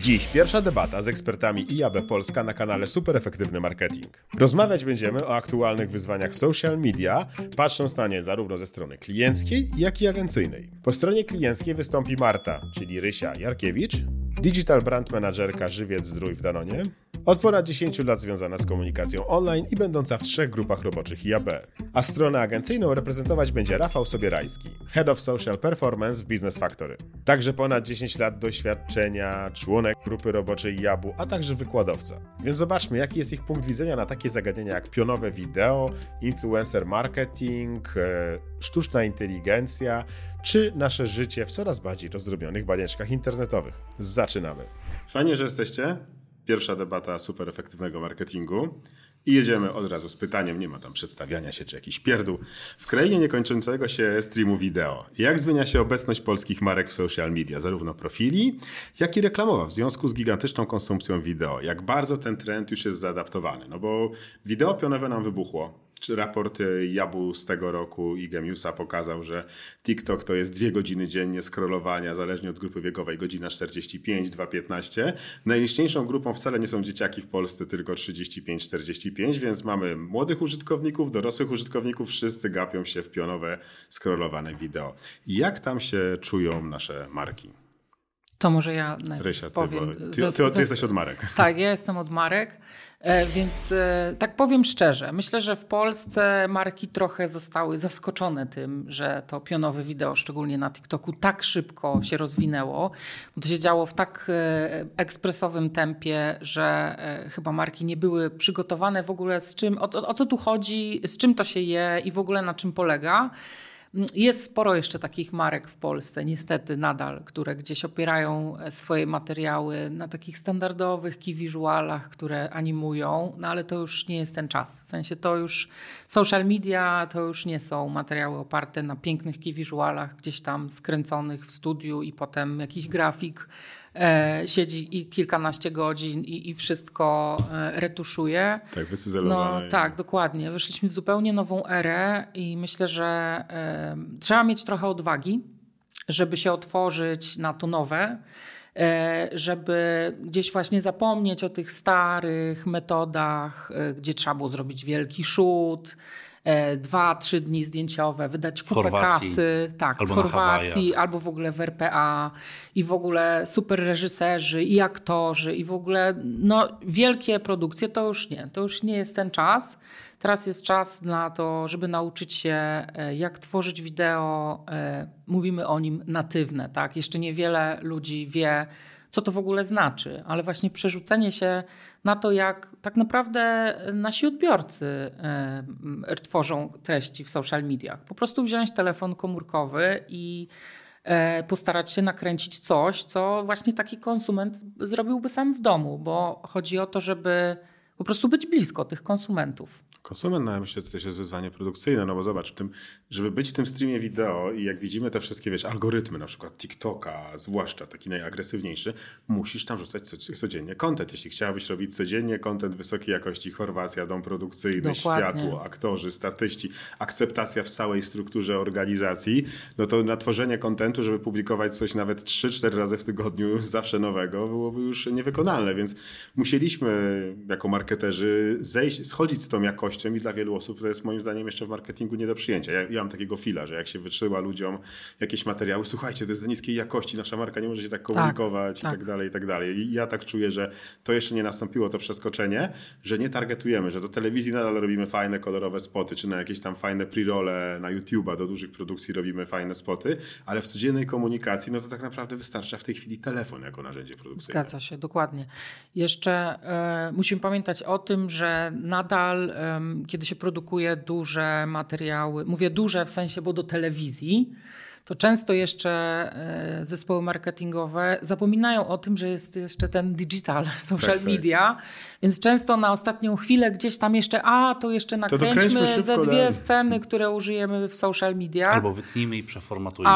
Dziś pierwsza debata z ekspertami IAB Polska na kanale Super Efektywny Marketing. Rozmawiać będziemy o aktualnych wyzwaniach social media, patrząc na nie zarówno ze strony klienckiej, jak i agencyjnej. Po stronie klienckiej wystąpi Marta, czyli Rysia Jarkiewicz, Digital Brand Managerka Żywiec Zdrój w Danonie, od ponad 10 lat związana z komunikacją online i będąca w 3 grupach roboczych IAB. A stronę agencyjną reprezentować będzie Rafał Sobierajski, Head of Social Performance w Business Factory. Także ponad 10 lat doświadczenia, członek grupy roboczej IAB-u, a także wykładowca. Więc zobaczmy, jaki jest ich punkt widzenia na takie zagadnienia jak pionowe wideo, influencer marketing, sztuczna inteligencja, czy nasze życie w coraz bardziej rozdrobnionych banieczkach internetowych. Zaczynamy. Fajnie, że jesteście. Pierwsza debata super efektywnego marketingu. I jedziemy od razu z pytaniem, nie ma tam przedstawiania się czy jakiś pierdół. W krainie niekończącego się streamu wideo, jak zmienia się obecność polskich marek w social media, zarówno profili, jak i reklamowa w związku z gigantyczną konsumpcją wideo? Jak bardzo ten trend już jest zaadaptowany? No bo wideo pionowe nam wybuchło. Raport IAB-u z tego roku i Gemiusa pokazał, że TikTok to jest 2 godziny dziennie scrollowania, zależnie od grupy wiekowej, godzina 45, 2,15. Najliczniejszą grupą wcale nie są dzieciaki w Polsce, tylko 35-45, więc mamy młodych użytkowników, dorosłych użytkowników, wszyscy gapią się w pionowe, scrollowane wideo. I jak tam się czują nasze marki? To może ja najpierw Rysia, powiem. Ty jesteś od marek. Tak, ja jestem od marek, więc tak powiem szczerze. Myślę, że w Polsce marki trochę zostały zaskoczone tym, że to pionowe wideo, szczególnie na TikToku, tak szybko się rozwinęło. Bo to się działo w tak ekspresowym tempie, że chyba marki nie były przygotowane w ogóle z czym, o co tu chodzi, z czym to się je i w ogóle na czym polega. Jest sporo jeszcze takich marek w Polsce, niestety nadal, które gdzieś opierają swoje materiały na takich standardowych key visualach, które animują, no ale to już nie jest ten czas. W sensie to już social media to już nie są materiały oparte na pięknych key visualach gdzieś tam skręconych w studiu i potem jakiś grafik siedzi i kilkanaście godzin i wszystko retuszuje. Tak, wycyzelowane. No, tak, dokładnie. Weszliśmy w zupełnie nową erę i myślę, że trzeba mieć trochę odwagi, żeby się otworzyć na to nowe, żeby gdzieś właśnie zapomnieć o tych starych metodach, gdzie trzeba było zrobić wielki shoot, 2-3 dni zdjęciowe, wydać kupę kasy, tak, w Chorwacji, albo w ogóle w RPA i w ogóle super reżyserzy i aktorzy i w ogóle no, wielkie produkcje, to już nie jest ten czas. Teraz jest czas na to, żeby nauczyć się, jak tworzyć wideo, mówimy o nim natywne, tak? Jeszcze niewiele ludzi wie, co to w ogóle znaczy, ale właśnie przerzucenie się na to, jak tak naprawdę nasi odbiorcy tworzą treści w social mediach. Po prostu wziąć telefon komórkowy i postarać się nakręcić coś, co właśnie taki konsument zrobiłby sam w domu, bo chodzi o to, żeby po prostu być blisko tych konsumentów. Konsument, no myślę, że to też jest wyzwanie produkcyjne, no bo zobacz, żeby być w tym streamie wideo i jak widzimy te wszystkie, algorytmy, na przykład TikToka, zwłaszcza taki najagresywniejszy, musisz tam rzucać codziennie content. Jeśli chciałabyś robić codziennie content wysokiej jakości, Chorwacja, dom produkcyjny, dokładnie. Światło, aktorzy, statyści, akceptacja w całej strukturze organizacji, no to na tworzenie contentu, żeby publikować coś nawet 3-4 razy w tygodniu, zawsze nowego, byłoby już niewykonalne, więc musieliśmy jako marketerzy schodzić z tą jakością i dla wielu osób to jest moim zdaniem jeszcze w marketingu nie do przyjęcia. Ja mam takiego fila, że jak się wytrzyma ludziom jakieś materiały, słuchajcie, to jest za niskiej jakości, nasza marka nie może się tak komunikować i tak dalej, i tak dalej. I ja tak czuję, że to jeszcze nie nastąpiło, to przeskoczenie, że nie targetujemy, że do telewizji nadal robimy fajne, kolorowe spoty, czy na jakieś tam fajne pre-rolle na YouTube'a, do dużych produkcji robimy fajne spoty, ale w codziennej komunikacji, no to tak naprawdę wystarcza w tej chwili telefon jako narzędzie produkcyjne. Zgadza się, dokładnie. Jeszcze musimy pamiętać o tym, że nadal kiedy się produkuje duże materiały, mówię duże w sensie, bo do telewizji, to często jeszcze zespoły marketingowe zapominają o tym, że jest jeszcze ten digital, social media, więc często na ostatnią chwilę gdzieś tam jeszcze, to jeszcze nakręćmy ze 2 sceny, które użyjemy w social media. Albo wytnijmy i przeformatujmy.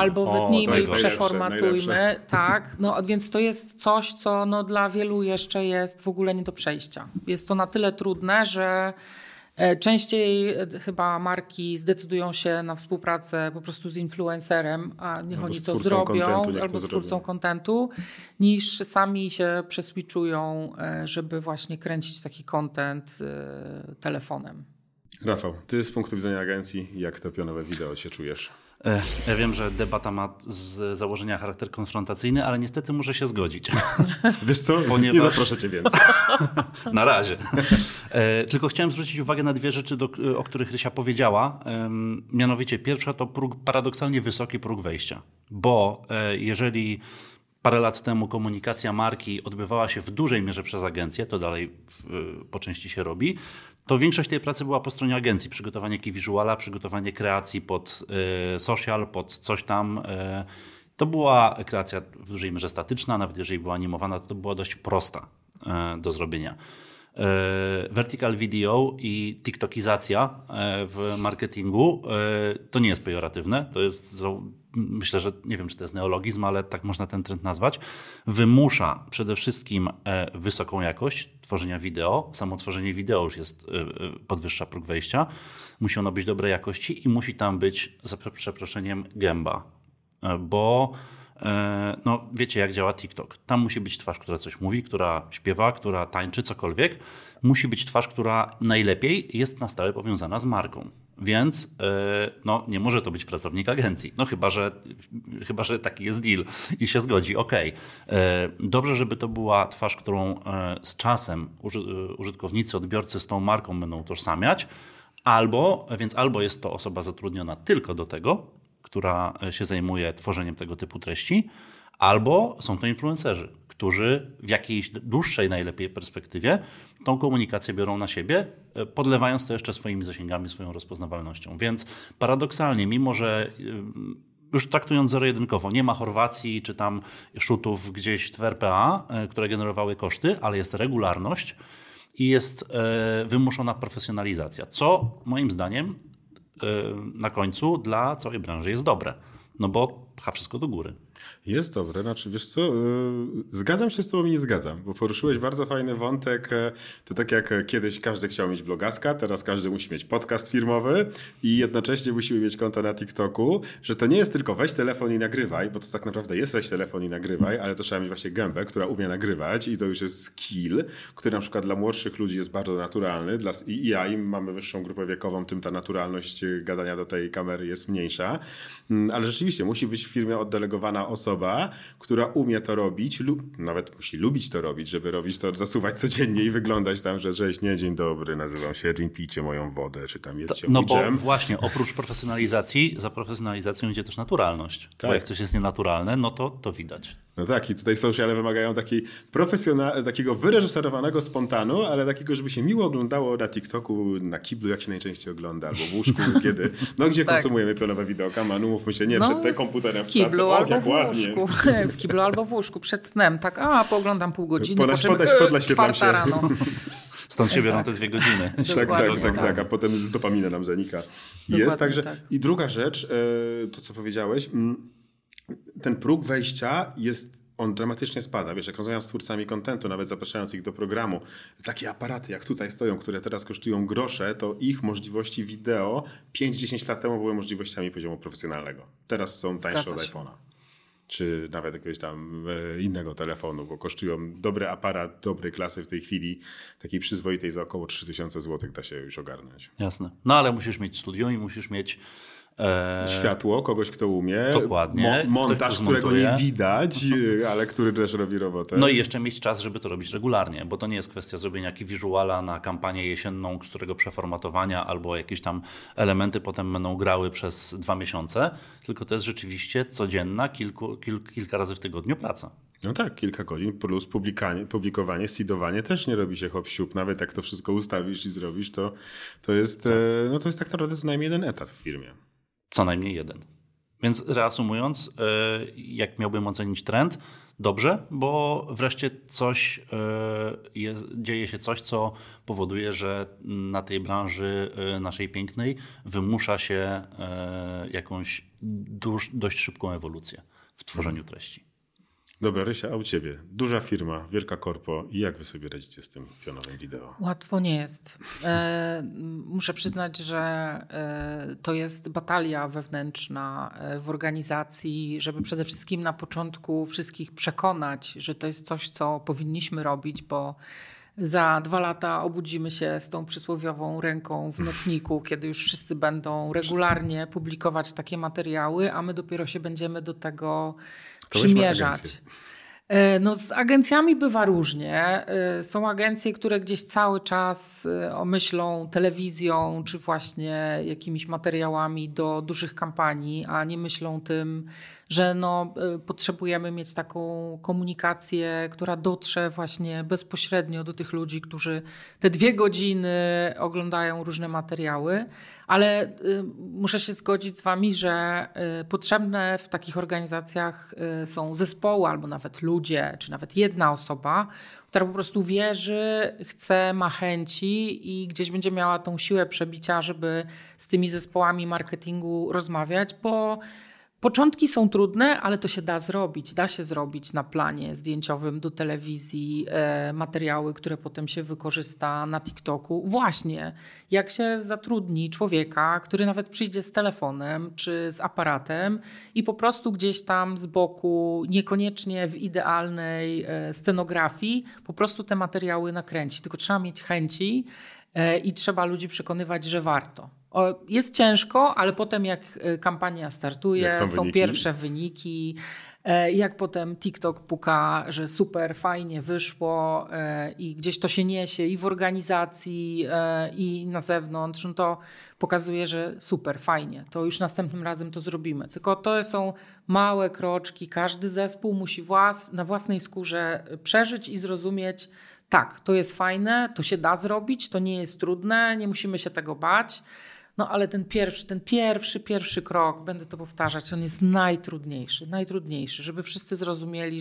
Najlepsze. Tak. No, więc to jest coś, co no, dla wielu jeszcze jest w ogóle nie do przejścia. Jest to na tyle trudne, że Częściej chyba marki zdecydują się na współpracę po prostu z influencerem, a niech oni to zrobią, albo z twórcą kontentu, niż sami się przeswitchują, żeby właśnie kręcić taki content telefonem. Rafał, ty z punktu widzenia agencji, jak to pionowe wideo się czujesz? Ja wiem, że debata ma z założenia charakter konfrontacyjny, ale niestety muszę się zgodzić. Wiesz co? Nie zaproszę cię więcej. Na razie. Tylko chciałem zwrócić uwagę na dwie rzeczy, o których Rysia powiedziała. Mianowicie pierwsza to paradoksalnie wysoki próg wejścia. Bo jeżeli parę lat temu komunikacja marki odbywała się w dużej mierze przez agencję, to dalej po części się robi, to większość tej pracy była po stronie agencji. Przygotowanie key visuala, przygotowanie kreacji pod social, pod coś tam. To była kreacja w dużej mierze statyczna, nawet jeżeli była animowana, to była dość prosta do zrobienia. Vertical video i tiktokizacja w marketingu to nie jest pejoratywne, to jest, myślę, że nie wiem, czy to jest neologizm, ale tak można ten trend nazwać, wymusza przede wszystkim wysoką jakość tworzenia wideo. Samo tworzenie wideo już podwyższa próg wejścia. Musi ono być dobrej jakości i musi tam być, za przeproszeniem, gęba, bo no, wiecie, jak działa TikTok. Tam musi być twarz, która coś mówi, która śpiewa, która tańczy, cokolwiek. Musi być twarz, która najlepiej jest na stałe powiązana z marką. Więc no, nie może to być pracownik agencji. No chyba, że taki jest deal i się zgodzi. Okej. Dobrze, żeby to była twarz, którą z czasem użytkownicy, odbiorcy z tą marką będą utożsamiać. Albo jest to osoba zatrudniona tylko do tego, która się zajmuje tworzeniem tego typu treści, albo są to influencerzy, którzy w jakiejś dłuższej najlepiej perspektywie tą komunikację biorą na siebie, podlewając to jeszcze swoimi zasięgami, swoją rozpoznawalnością. Więc paradoksalnie, mimo że już traktując zero-jedynkowo, nie ma Chorwacji czy tam shootów gdzieś w RPA, które generowały koszty, ale jest regularność i jest wymuszona profesjonalizacja, co moim zdaniem na końcu dla całej branży jest dobre, no bo pcha wszystko do góry. Jest dobre, znaczy wiesz co, zgadzam się z tobą i nie zgadzam, bo poruszyłeś bardzo fajny wątek, to tak jak kiedyś każdy chciał mieć blogaska, teraz każdy musi mieć podcast firmowy i jednocześnie musimy mieć konto na TikToku, że to nie jest tylko weź telefon i nagrywaj, bo to tak naprawdę jest weź telefon i nagrywaj, ale to trzeba mieć właśnie gębę, która umie nagrywać i to już jest skill, który na przykład dla młodszych ludzi jest bardzo naturalny, i im mamy wyższą grupę wiekową, tym ta naturalność gadania do tej kamery jest mniejsza, ale rzeczywiście musi być w firmie oddelegowana osoba, która umie to robić lub nawet musi lubić to robić, żeby robić to, zasuwać codziennie i wyglądać tam, że cześć, nie, dzień dobry, nazywam się Edwin, pijcie moją wodę, czy tam jedzcie mój dżem. Bo właśnie, oprócz profesjonalizacji, za profesjonalizacją idzie też naturalność. Tak. Bo jak coś jest nienaturalne, no to widać. No tak, i tutaj sociale wymagają takiego wyreżyserowanego spontanu, ale takiego, żeby się miło oglądało na TikToku, na kiblu, jak się najczęściej ogląda, albo w łóżku, kiedy, no gdzie konsumujemy pionowe wideoka, Manu, mówmy się, nie przed komputerem w kiblu albo w łóżku. W kiblu albo w łóżku, przed snem, tak, pooglądam pół godziny, podla świetlam się. Rano. Stąd się biorą te 2 godziny. Tak, a potem z dopamina nam zanika. Jest także. Tak. I druga rzecz, to co powiedziałeś, ten próg wejścia on dramatycznie spada. Wiesz, jak rozmawiam z twórcami kontentu, nawet zapraszając ich do programu, takie aparaty jak tutaj stoją, które teraz kosztują grosze, to ich możliwości wideo 5-10 lat temu były możliwościami poziomu profesjonalnego. Teraz są tańsze od iPhone'a. Czy nawet jakiegoś tam innego telefonu, bo kosztują dobry aparat, dobrej klasy w tej chwili, takiej przyzwoitej za około 3000 zł da się już ogarnąć. Jasne. No ale musisz mieć studio i musisz mieć światło, kogoś, kto umie. Dokładnie. Montaż, którego nie widać, ale który też robi robotę. No i jeszcze mieć czas, żeby to robić regularnie, bo to nie jest kwestia zrobienia jakiego wizuala na kampanię jesienną, którego przeformatowania albo jakieś tam elementy potem będą grały przez 2 miesiące, tylko to jest rzeczywiście codzienna, kilka razy w tygodniu praca. No tak, kilka godzin plus publikowanie, seedowanie też nie robi się hop-siup. Nawet jak to wszystko ustawisz i zrobisz, to jest tak naprawdę co najmniej jeden etat w firmie. Co najmniej jeden. Więc reasumując, jak miałbym ocenić trend, dobrze, bo wreszcie dzieje się coś, co powoduje, że na tej branży naszej pięknej wymusza się jakąś dość szybką ewolucję w tworzeniu treści. Dobra, Rysia, a u ciebie? Duża firma, wielka korpo i jak wy sobie radzicie z tym pionowym wideo? Łatwo nie jest. Muszę przyznać, że to jest batalia wewnętrzna w organizacji, żeby przede wszystkim na początku wszystkich przekonać, że to jest coś, co powinniśmy robić, bo za 2 lata obudzimy się z tą przysłowiową ręką w nocniku, kiedy już wszyscy będą regularnie publikować takie materiały, a my dopiero się będziemy do tego przymierzać. No z agencjami bywa różnie. Są agencje, które gdzieś cały czas myślą telewizją czy właśnie jakimiś materiałami do dużych kampanii, a nie myślą tym, że potrzebujemy mieć taką komunikację, która dotrze właśnie bezpośrednio do tych ludzi, którzy te 2 godziny oglądają różne materiały. Ale muszę się zgodzić z wami, że potrzebne w takich organizacjach są zespoły albo nawet ludzie, czy nawet jedna osoba, która po prostu wierzy, chce, ma chęci i gdzieś będzie miała tą siłę przebicia, żeby z tymi zespołami marketingu rozmawiać, bo początki są trudne, ale to się da zrobić. Da się zrobić na planie zdjęciowym do telewizji materiały, które potem się wykorzysta na TikToku. Właśnie, jak się zatrudni człowieka, który nawet przyjdzie z telefonem czy z aparatem i po prostu gdzieś tam z boku, niekoniecznie w idealnej scenografii, po prostu te materiały nakręci. Tylko trzeba mieć chęci i trzeba ludzi przekonywać, że warto. Jest ciężko, ale potem jak kampania startuje, są pierwsze wyniki, jak potem TikTok puka, że super, fajnie wyszło i gdzieś to się niesie i w organizacji i na zewnątrz, no to pokazuje, że super, fajnie, to już następnym razem to zrobimy. Tylko to są małe kroczki, każdy zespół musi na własnej skórze przeżyć i zrozumieć, tak, to jest fajne, to się da zrobić, to nie jest trudne, nie musimy się tego bać. No ale ten pierwszy krok, będę to powtarzać, on jest najtrudniejszy, żeby wszyscy zrozumieli,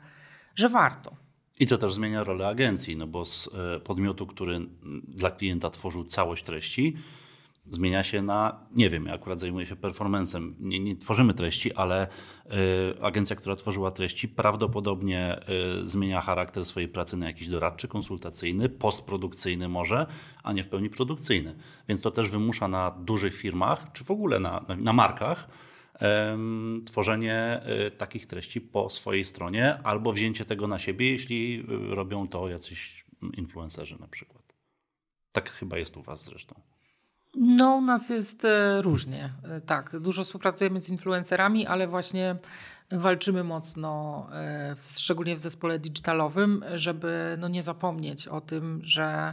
że warto. I to też zmienia rolę agencji, no bo z podmiotu, który dla klienta tworzył całość treści, zmienia się na, nie wiem, ja akurat zajmuję się performance'em, nie tworzymy treści, ale agencja, która tworzyła treści, prawdopodobnie zmienia charakter swojej pracy na jakiś doradczy, konsultacyjny, postprodukcyjny może, a nie w pełni produkcyjny. Więc to też wymusza na dużych firmach, czy w ogóle na markach, tworzenie takich treści po swojej stronie albo wzięcie tego na siebie, jeśli robią to jacyś influencerzy na przykład. Tak chyba jest u was zresztą. No, u nas jest różnie. Tak, dużo współpracujemy z influencerami, ale właśnie walczymy mocno, szczególnie w zespole digitalowym, żeby nie zapomnieć o tym, że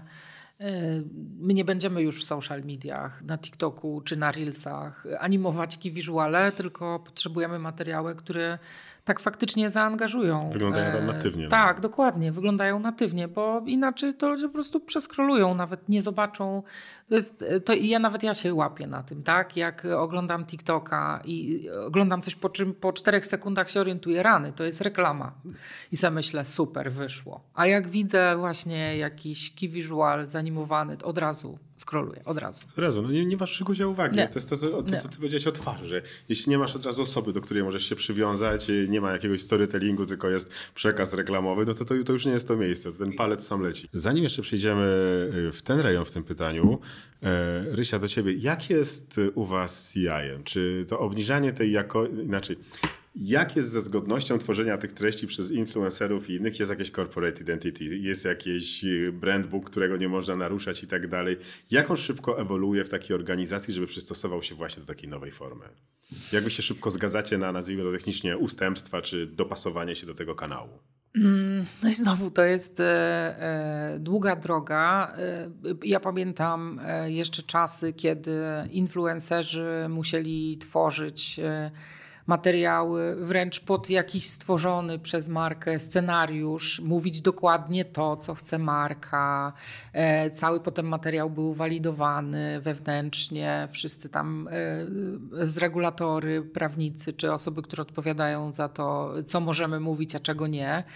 my nie będziemy już w social mediach, na TikToku czy na Reelsach animować key visuale, tylko potrzebujemy materiały, które tak faktycznie zaangażują. Wyglądają tam natywnie. Tak, dokładnie. Wyglądają natywnie, bo inaczej to ludzie po prostu przeskrolują, nawet nie zobaczą. Ja się łapię na tym, tak? Jak oglądam TikToka i oglądam coś, po czym po 4 sekundach się orientuję, rany, to jest reklama. I sobie myślę, super, wyszło. A jak widzę właśnie jakiś key visual zanimowany, od razu scrolluję, od razu. No nie masz przykłucia uwagi. Nie. To jest to, ty powiedziałeś o twarzy, że jeśli nie masz od razu osoby, do której możesz się przywiązać, nie ma jakiegoś storytellingu, tylko jest przekaz reklamowy, no to już nie jest to miejsce, to ten palec sam leci. Zanim jeszcze przejdziemy w ten rejon w tym pytaniu, Rysia, do ciebie, jak jest u was z CI-em? Czy to obniżanie tej inaczej, jak jest ze zgodnością tworzenia tych treści przez influencerów i innych? Jest jakieś corporate identity, jest jakiś brand book, którego nie można naruszać i tak dalej. Jak on szybko ewoluuje w takiej organizacji, żeby przystosował się właśnie do takiej nowej formy? Jak wy się szybko zgadzacie na, nazwijmy to technicznie, ustępstwa czy dopasowanie się do tego kanału? No i znowu to jest długa droga. Ja pamiętam jeszcze czasy, kiedy influencerzy musieli tworzyć materiały wręcz pod jakiś stworzony przez markę scenariusz, mówić dokładnie to, co chce marka. Cały potem materiał był walidowany wewnętrznie, wszyscy tam z regulatory, prawnicy czy osoby, które odpowiadają za to, co możemy mówić, a czego nie.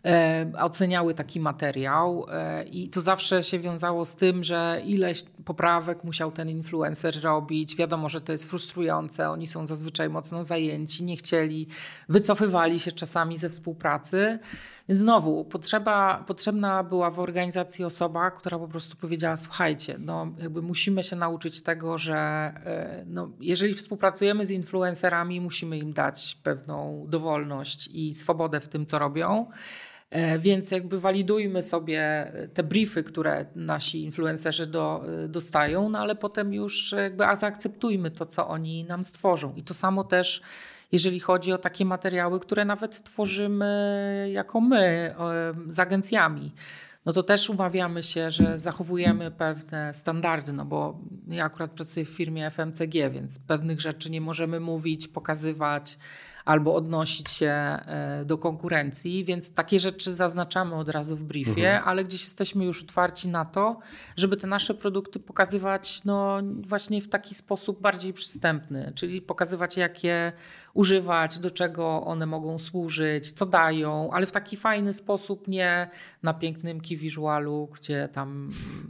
oceniały taki materiał i to zawsze się wiązało z tym, że ileś poprawek musiał ten influencer robić. Wiadomo, że to jest frustrujące, oni są zazwyczaj mocno zajęci, nie chcieli, wycofywali się czasami ze współpracy. Znowu, potrzebna była w organizacji osoba, która po prostu powiedziała, słuchajcie, no jakby musimy się nauczyć tego, że no, jeżeli współpracujemy z influencerami, musimy im dać pewną dowolność i swobodę w tym, co robią. Więc jakby walidujmy sobie te briefy, które nasi influencerzy dostają, no ale potem już jakby zaakceptujmy to, co oni nam stworzą. I to samo też jeżeli chodzi o takie materiały, które nawet tworzymy jako my z agencjami. No to też umawiamy się, że zachowujemy pewne standardy, no bo ja akurat pracuję w firmie FMCG, więc pewnych rzeczy nie możemy mówić, pokazywać albo odnosić się do konkurencji, więc takie rzeczy zaznaczamy od razu w briefie, ale gdzieś jesteśmy już otwarci na to, żeby te nasze produkty pokazywać no właśnie w taki sposób bardziej przystępny, czyli pokazywać jak je używać, do czego one mogą służyć, co dają, ale w taki fajny sposób, nie na pięknym key visualu, gdzie tam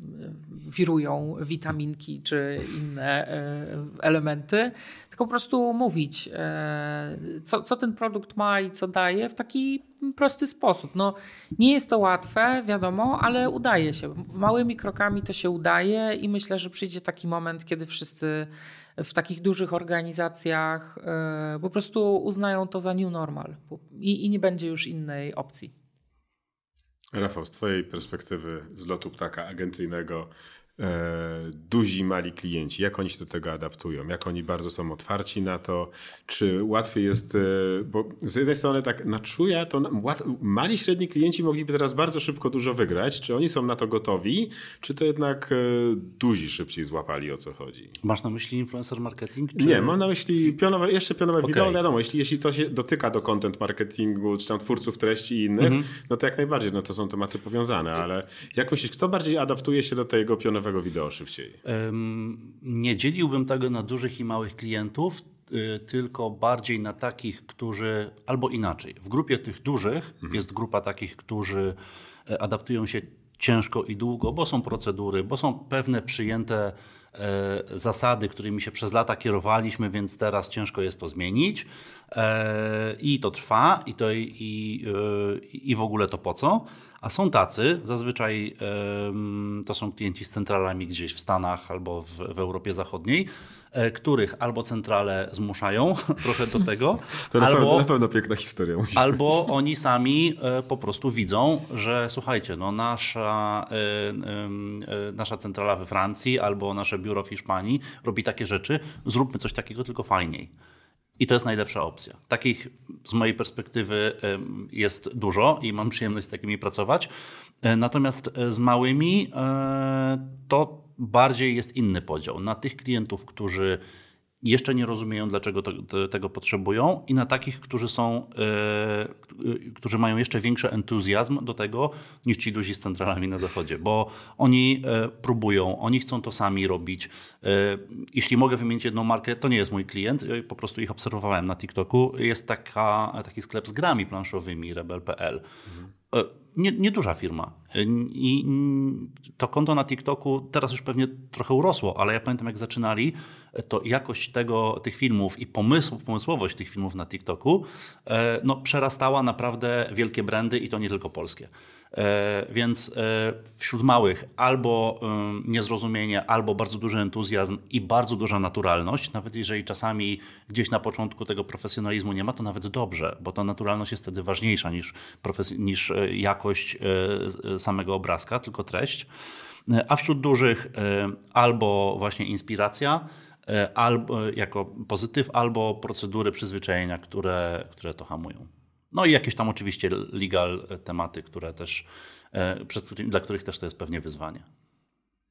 wirują witaminki czy inne elementy, tylko po prostu mówić, co ten produkt ma i co daje w taki prosty sposób. No, nie jest to łatwe, wiadomo, ale udaje się. Małymi krokami to się udaje i myślę, że przyjdzie taki moment, kiedy wszyscy w takich dużych organizacjach po prostu uznają to za new normal i nie będzie już innej opcji. Rafał, z twojej perspektywy z lotu ptaka agencyjnego, duzi, mali klienci, jak oni się do tego adaptują, jak oni bardzo są otwarci na to, czy łatwiej jest, bo z jednej strony tak na czuja, to mali, średni klienci mogliby teraz bardzo szybko dużo wygrać, czy oni są na to gotowi, czy to jednak duzi szybciej złapali, o co chodzi? Masz na myśli influencer marketing? Czy... Nie, mam na myśli pionowe Okay. wideo, wiadomo, jeśli to się dotyka do content marketingu, czy tam twórców treści i innych, no to jak najbardziej, no to są tematy powiązane, ale jak myślisz, kto bardziej adaptuje się do tego pionowego wideo szybciej? Nie dzieliłbym tego na dużych i małych klientów, tylko bardziej na takich, którzy, albo inaczej. W grupie tych dużych jest grupa takich, którzy adaptują się ciężko i długo, bo są procedury, bo są pewne przyjęte zasady, którymi się przez lata kierowaliśmy, więc teraz ciężko jest to zmienić. I to trwa, i w ogóle to po co. A są tacy, zazwyczaj to są klienci z centralami gdzieś w Stanach albo w Europie Zachodniej, których albo centrale zmuszają trochę do tego, to na pewno piękna historia. Albo oni sami po prostu widzą, że słuchajcie, no nasza centrala we Francji albo nasze biuro w Hiszpanii robi takie rzeczy, zróbmy coś takiego, tylko fajniej. I to jest najlepsza opcja. Takich z mojej perspektywy jest dużo i mam przyjemność z takimi pracować. Natomiast z małymi to bardziej jest inny podział. Na tych klientów, którzy jeszcze nie rozumieją, dlaczego tego potrzebują, i na takich, którzy mają jeszcze większy entuzjazm do tego niż ci duzi z centralami na zachodzie, bo oni próbują, oni chcą to sami robić. Jeśli mogę wymienić jedną markę, to nie jest mój klient, po prostu ich obserwowałem na TikToku. Jest taki sklep z grami planszowymi, rebel.pl. Nieduża firma. I to konto na TikToku teraz już pewnie trochę urosło, ale ja pamiętam, jak zaczynali, to jakość tych filmów i pomysłowość tych filmów na TikToku przerastała naprawdę wielkie brandy i to nie tylko polskie. Więc wśród małych albo niezrozumienie, albo bardzo duży entuzjazm i bardzo duża naturalność. Nawet jeżeli czasami gdzieś na początku tego profesjonalizmu nie ma, to nawet dobrze, bo ta naturalność jest wtedy ważniejsza niż jakość samego obrazka, tylko treść. A wśród dużych albo właśnie inspiracja, albo jako pozytyw, albo procedury, przyzwyczajenia, które to hamują. No i jakieś tam oczywiście legal tematy, które też, dla których też to jest pewnie wyzwanie.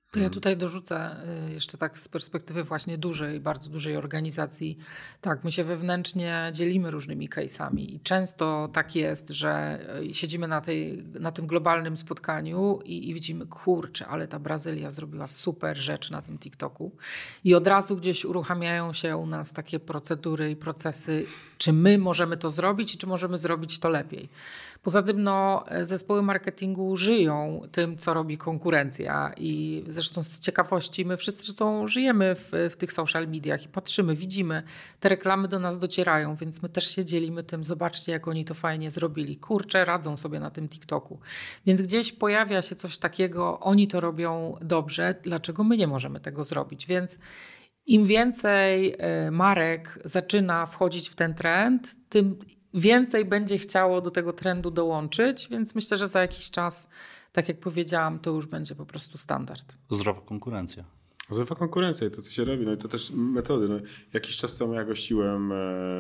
To ja tutaj dorzucę jeszcze tak z perspektywy właśnie dużej, bardzo dużej organizacji. Tak, my się wewnętrznie dzielimy różnymi case'ami i często tak jest, że siedzimy na tym globalnym spotkaniu i widzimy, kurczę, ale ta Brazylia zrobiła super rzecz na tym TikToku i od razu gdzieś uruchamiają się u nas takie procedury i procesy, czy my możemy to zrobić i czy możemy zrobić to lepiej. Poza tym zespoły marketingu żyją tym, co robi konkurencja i zresztą z ciekawości my wszyscy zresztą żyjemy w tych social mediach i patrzymy, widzimy, te reklamy do nas docierają, więc my też się dzielimy tym, zobaczcie jak oni to fajnie zrobili, kurczę, radzą sobie na tym TikToku. Więc gdzieś pojawia się coś takiego, oni to robią dobrze, dlaczego my nie możemy tego zrobić, więc im więcej marek zaczyna wchodzić w ten trend, tym więcej będzie chciało do tego trendu dołączyć, więc myślę, że za jakiś czas, tak jak powiedziałam, to już będzie po prostu standard. Zdrowa konkurencja. Zdrowa konkurencja i to, co się robi, no i to też metody. No, jakiś czas temu ja gościłem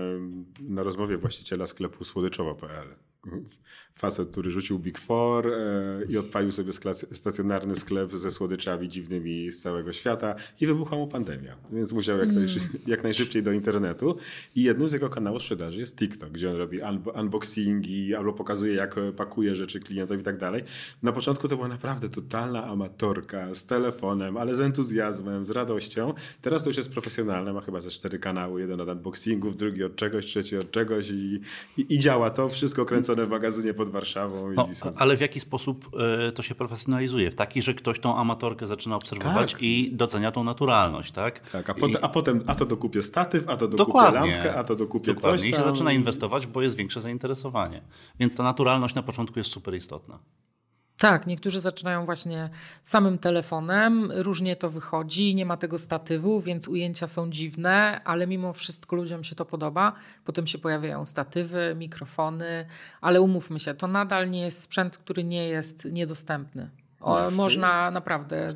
na rozmowie właściciela sklepu słodyczowo.pl. Facet, który rzucił Big Four i odpalił sobie stacjonarny sklep ze słodyczami dziwnymi z całego świata i wybuchła mu pandemia, więc musiał jak najszybciej do internetu i jednym z jego kanałów sprzedaży jest TikTok, gdzie on robi unboxingi albo pokazuje jak pakuje rzeczy klientowi i tak dalej. Na początku to była naprawdę totalna amatorka z telefonem, ale z entuzjazmem, z radością. Teraz to już jest profesjonalne, ma chyba ze 4 kanały, jeden od unboxingów, drugi od czegoś, trzeci od czegoś i działa to, wszystko kręcone w magazynie pod Warszawą. Ale w jaki sposób to się profesjonalizuje? W taki, że ktoś tą amatorkę zaczyna obserwować i docenia tą naturalność, tak? Tak, a potem to dokupię statyw, a to dokupię lampkę, a to dokupię coś tam. I się zaczyna inwestować, bo jest większe zainteresowanie. Więc ta naturalność na początku jest super istotna. Tak, niektórzy zaczynają właśnie samym telefonem, różnie to wychodzi, nie ma tego statywu, więc ujęcia są dziwne, ale mimo wszystko ludziom się to podoba. Potem się pojawiają statywy, mikrofony, ale umówmy się, to nadal nie jest sprzęt, który nie jest niedostępny. Można naprawdę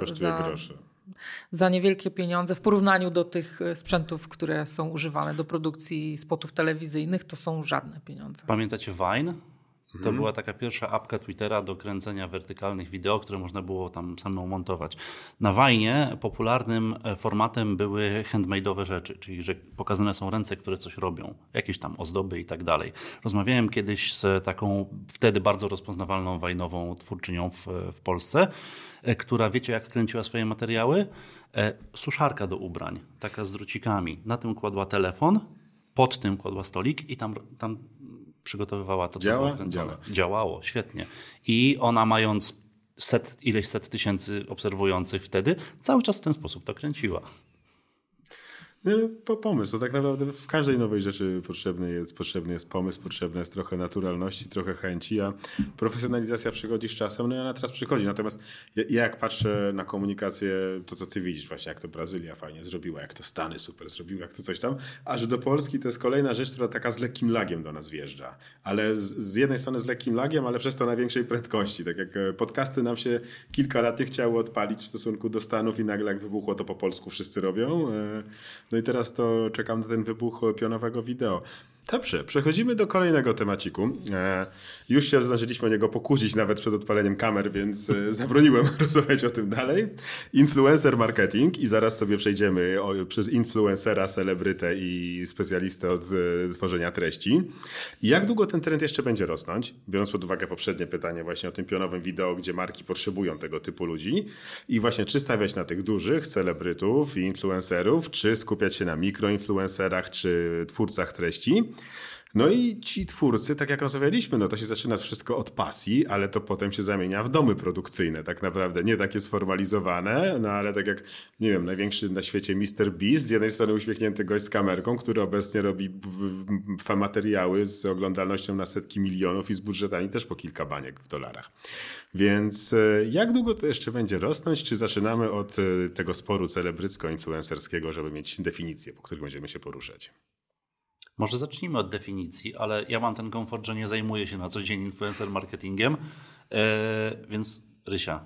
za niewielkie pieniądze w porównaniu do tych sprzętów, które są używane do produkcji spotów telewizyjnych, to są żadne pieniądze. Pamiętacie Vine? To była taka pierwsza apka Twittera do kręcenia wertykalnych wideo, które można było tam samemu montować. Na Vine'ie popularnym formatem były handmade'owe rzeczy, czyli że pokazane są ręce, które coś robią, jakieś tam ozdoby i tak dalej. Rozmawiałem kiedyś z taką wtedy bardzo rozpoznawalną Vine'ową twórczynią w Polsce, która wiecie jak kręciła swoje materiały? Suszarka do ubrań, taka z drucikami. Na tym kładła telefon, pod tym kładła stolik i tam przygotowywała to, co było kręcone. Działało, świetnie. I ona mając ileś set tysięcy obserwujących wtedy, cały czas w ten sposób to kręciła. Pomysł. To tak naprawdę w każdej nowej rzeczy potrzebny jest pomysł, potrzebne jest trochę naturalności, trochę chęci, a profesjonalizacja przychodzi z czasem, no i ona teraz przychodzi. Natomiast ja jak patrzę na komunikację, to co ty widzisz właśnie, jak to Brazylia fajnie zrobiła, jak to Stany super zrobiły, jak to coś tam, aż do Polski to jest kolejna rzecz, która taka z lekkim lagiem do nas wjeżdża. Ale z jednej strony z lekkim lagiem, ale przez to na większej prędkości. Tak jak podcasty nam się kilka lat nie chciało odpalić w stosunku do Stanów i nagle jak wybuchło, to po polsku wszyscy robią. No i teraz to czekam na ten wybuch pionowego wideo. Dobrze, przechodzimy do kolejnego temaciku. Już się zdążyliśmy o niego pokłócić nawet przed odpaleniem kamer, więc zabroniłem rozmawiać o tym dalej. Influencer marketing i zaraz sobie przejdziemy przez influencera, celebrytę i specjalistę od tworzenia treści. I jak długo ten trend jeszcze będzie rosnąć? Biorąc pod uwagę poprzednie pytanie właśnie o tym pionowym wideo, gdzie marki potrzebują tego typu ludzi. I właśnie czy stawiać na tych dużych celebrytów i influencerów, czy skupiać się na mikroinfluencerach, czy twórcach treści. No i ci twórcy, tak jak rozmawialiśmy, no to się zaczyna wszystko od pasji, ale to potem się zamienia w domy produkcyjne, tak naprawdę nie takie sformalizowane, no ale tak jak, nie wiem, największy na świecie Mr. Beast, z jednej strony uśmiechnięty gość z kamerką, który obecnie robi materiały z oglądalnością na setki milionów i z budżetami też po kilka baniek w dolarach. Więc jak długo to jeszcze będzie rosnąć, czy zaczynamy od tego sporu celebrycko-influencerskiego, żeby mieć definicję, po których będziemy się poruszać? Może zacznijmy od definicji, ale ja mam ten komfort, że nie zajmuję się na co dzień influencer marketingiem, więc Rysia.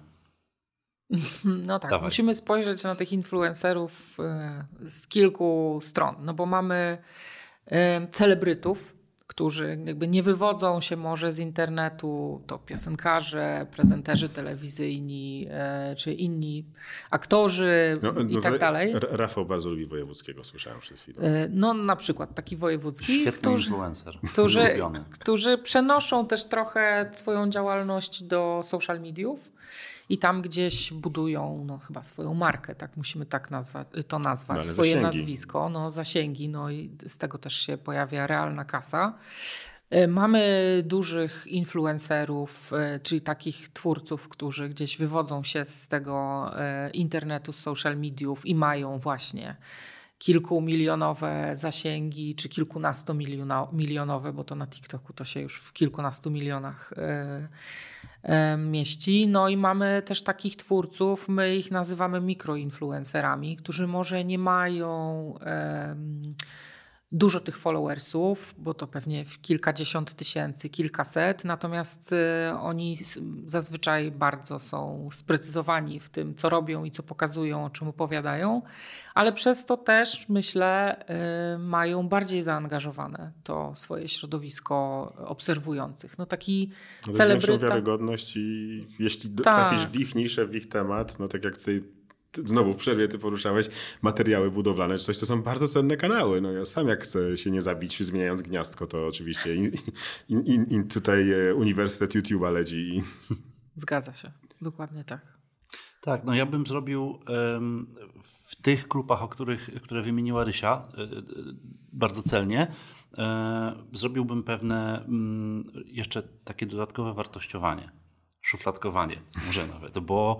No tak, dawaj. Musimy spojrzeć na tych influencerów z kilku stron, no bo mamy celebrytów, którzy jakby nie wywodzą się może z internetu, to piosenkarze, prezenterzy telewizyjni czy inni aktorzy i tak dalej. Rafał bardzo lubi Wojewódzkiego, słyszałem przed chwilą. No na przykład taki Wojewódzki, influencer. którzy przenoszą też trochę swoją działalność do social mediów i tam gdzieś budują chyba swoją markę, tak musimy tak nazwać, swoje nazwisko, zasięgi, i z tego też się pojawia realna kasa. Mamy dużych influencerów, czyli takich twórców, którzy gdzieś wywodzą się z tego internetu, z social mediów i mają właśnie kilkumilionowe zasięgi, czy kilkunastomilionowe, bo to na TikToku to się już w kilkunastu milionach mieści. No i mamy też takich twórców, my ich nazywamy mikroinfluencerami, którzy może nie mają dużo tych followersów, bo to pewnie w kilkadziesiąt tysięcy, kilkaset, natomiast oni zazwyczaj bardzo są sprecyzowani w tym, co robią i co pokazują, o czym opowiadają, ale przez to też, myślę, mają bardziej zaangażowane to swoje środowisko obserwujących. Taki celebryta. Większą wiarygodność i jeśli trafisz w ich niszę, w ich temat, tak jak ty znowu w przerwie ty poruszałeś materiały budowlane czy coś, to są bardzo cenne kanały. Ja sam jak chcę się nie zabić zmieniając gniazdko, to oczywiście tutaj Uniwersytet YouTube'a leci. Zgadza się, dokładnie tak. Tak, ja bym zrobił w tych grupach, które wymieniła Rysia, bardzo celnie, zrobiłbym pewne jeszcze takie dodatkowe wartościowanie, szufladkowanie może nawet, bo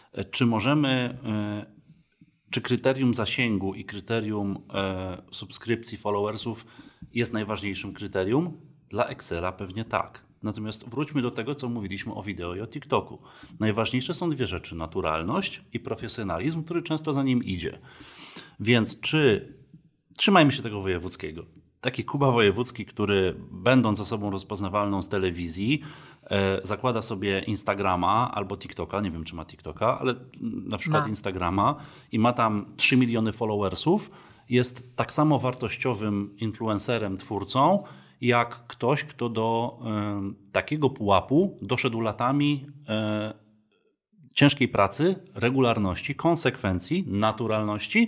czy kryterium zasięgu i kryterium subskrypcji followersów jest najważniejszym kryterium? Dla Excela pewnie tak. Natomiast wróćmy do tego, co mówiliśmy o wideo i o TikToku. Najważniejsze są dwie rzeczy: naturalność i profesjonalizm, który często za nim idzie. Więc trzymajmy się tego Wojewódzkiego. Taki Kuba Wojewódzki, który będąc osobą rozpoznawalną z telewizji, zakłada sobie Instagrama albo TikToka, nie wiem czy ma TikToka, ale na przykład Instagrama i ma tam 3 miliony followersów, jest tak samo wartościowym influencerem, twórcą, jak ktoś, kto do takiego pułapu doszedł latami ciężkiej pracy, regularności, konsekwencji, naturalności.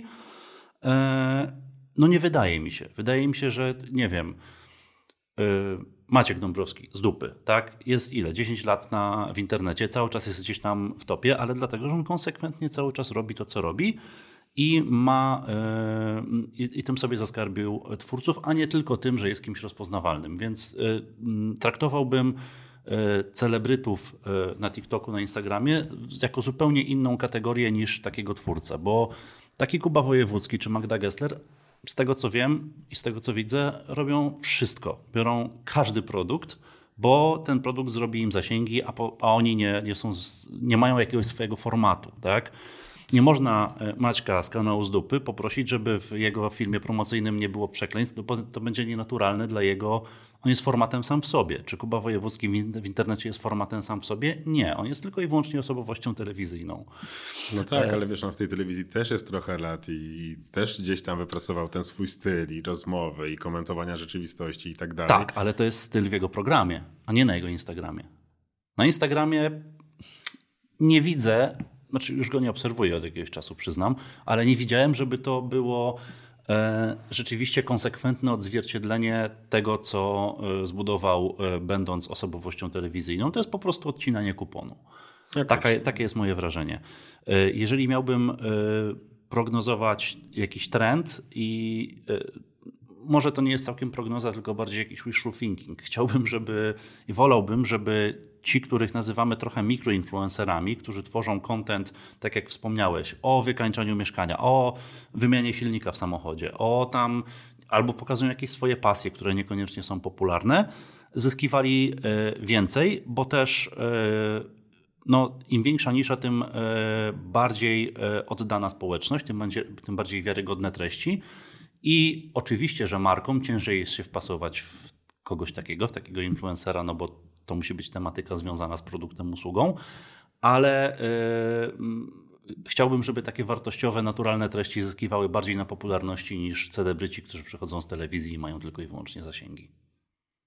Nie wydaje mi się. Wydaje mi się, że nie wiem, Maciek Dąbrowski z dupy, tak? Jest 10 lat w internecie, cały czas jest gdzieś tam w topie, ale dlatego, że on konsekwentnie cały czas robi to, co robi i tym sobie zaskarbił twórców, a nie tylko tym, że jest kimś rozpoznawalnym. Więc traktowałbym celebrytów na TikToku, na Instagramie jako zupełnie inną kategorię niż takiego twórcę, bo taki Kuba Wojewódzki czy Magda Gessler, z tego co wiem i z tego co widzę, robią wszystko. Biorą każdy produkt, bo ten produkt zrobi im zasięgi, a oni nie mają jakiegoś swojego formatu. Tak? Nie można Maćka z kanału z dupy poprosić, żeby w jego filmie promocyjnym nie było przekleństw, bo to będzie nienaturalne dla jego. On jest formatem sam w sobie. Czy Kuba Wojewódzki w internecie jest formatem sam w sobie? Nie. On jest tylko i wyłącznie osobowością telewizyjną. No tak, ale wiesz, on w tej telewizji też jest trochę lat i też gdzieś tam wypracował ten swój styl i rozmowy i komentowania rzeczywistości i tak dalej. Tak, ale to jest styl w jego programie, a nie na jego Instagramie. Na Instagramie nie widzę, już go nie obserwuję od jakiegoś czasu, przyznam, ale nie widziałem, żeby to było rzeczywiście konsekwentne odzwierciedlenie tego, co zbudował, będąc osobowością telewizyjną. To jest po prostu odcinanie kuponu. Takie jest moje wrażenie. Jeżeli miałbym prognozować jakiś trend i może to nie jest całkiem prognoza, tylko bardziej jakiś wishful thinking. Chciałbym, i wolałbym, żeby ci, których nazywamy trochę mikroinfluencerami, którzy tworzą content, tak jak wspomniałeś, o wykańczaniu mieszkania, o wymianie silnika w samochodzie, albo pokazują jakieś swoje pasje, które niekoniecznie są popularne, zyskiwali więcej, bo też im większa nisza, tym bardziej oddana społeczność, tym bardziej wiarygodne treści. I oczywiście, że markom ciężej jest się wpasować w kogoś takiego, w takiego influencera, bo to musi być tematyka związana z produktem, usługą, ale chciałbym, żeby takie wartościowe, naturalne treści zyskiwały bardziej na popularności niż celebryci, którzy przychodzą z telewizji i mają tylko i wyłącznie zasięgi.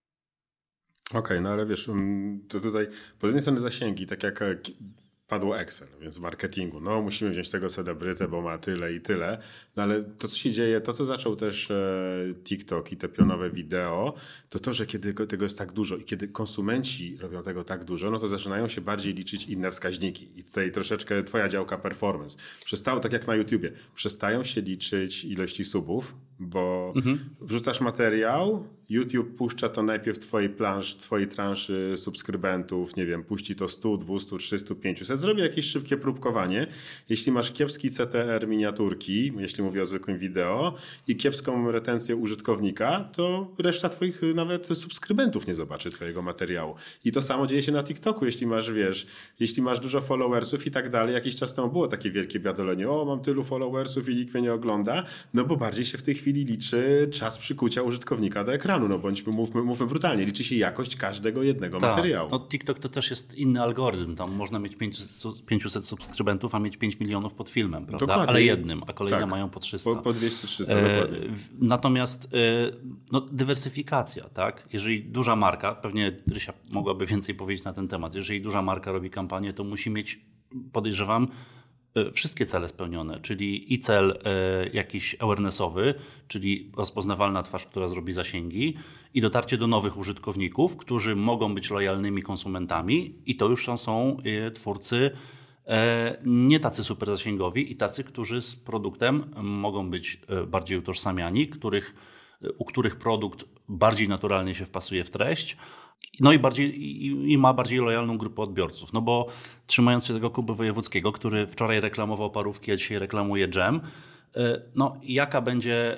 Okej, no ale wiesz, to tutaj po jednej strony zasięgi, tak jak padło Excel, więc w marketingu, no musimy wziąć tego celebrytę, bo ma tyle i tyle, no ale to co się dzieje, to co zaczął też TikTok i te pionowe wideo, to, że kiedy tego jest tak dużo i kiedy konsumenci robią tego tak dużo, no to zaczynają się bardziej liczyć inne wskaźniki i tutaj troszeczkę twoja działka performance. Przestało, tak jak na YouTubie, przestają się liczyć ilości subów, bo wrzucasz materiał, YouTube puszcza to najpierw twojej transzy subskrybentów, nie wiem, puści to 100, 200, 300, 500, zrobi jakieś szybkie próbkowanie. Jeśli masz kiepski CTR miniaturki, jeśli mówię o zwykłym wideo, i kiepską retencję użytkownika, to reszta twoich nawet subskrybentów nie zobaczy twojego materiału. I to samo dzieje się na TikToku, jeśli masz dużo followersów i tak dalej. Jakiś czas temu było takie wielkie biadolenie, mam tylu followersów i nikt mnie nie ogląda, no bo bardziej się w tej chwili liczy czas przykucia użytkownika do ekranu, no bądźmy, mówmy brutalnie, liczy się jakość każdego jednego materiału. No TikTok to też jest inny algorytm, tam można mieć 500 subskrybentów, a mieć 5 milionów pod filmem, prawda? Dokładnie. Ale jednym, a kolejne mają po 300. Po 200-300, dokładnie. Natomiast dywersyfikacja, tak? Jeżeli duża marka, pewnie Rysia mogłaby więcej powiedzieć na ten temat, jeżeli duża marka robi kampanię, to musi mieć, podejrzewam, wszystkie cele spełnione, czyli i cel jakiś awarenessowy, czyli rozpoznawalna twarz, która zrobi zasięgi, i dotarcie do nowych użytkowników, którzy mogą być lojalnymi konsumentami, i to już są twórcy nie tacy super zasięgowi i tacy, którzy z produktem mogą być bardziej utożsamiani, u których produkt bardziej naturalnie się wpasuje w treść, no i ma bardziej lojalną grupę odbiorców. No bo trzymając się tego Kuby Wojewódzkiego, który wczoraj reklamował parówki, a dzisiaj reklamuje dżem, no jaka będzie,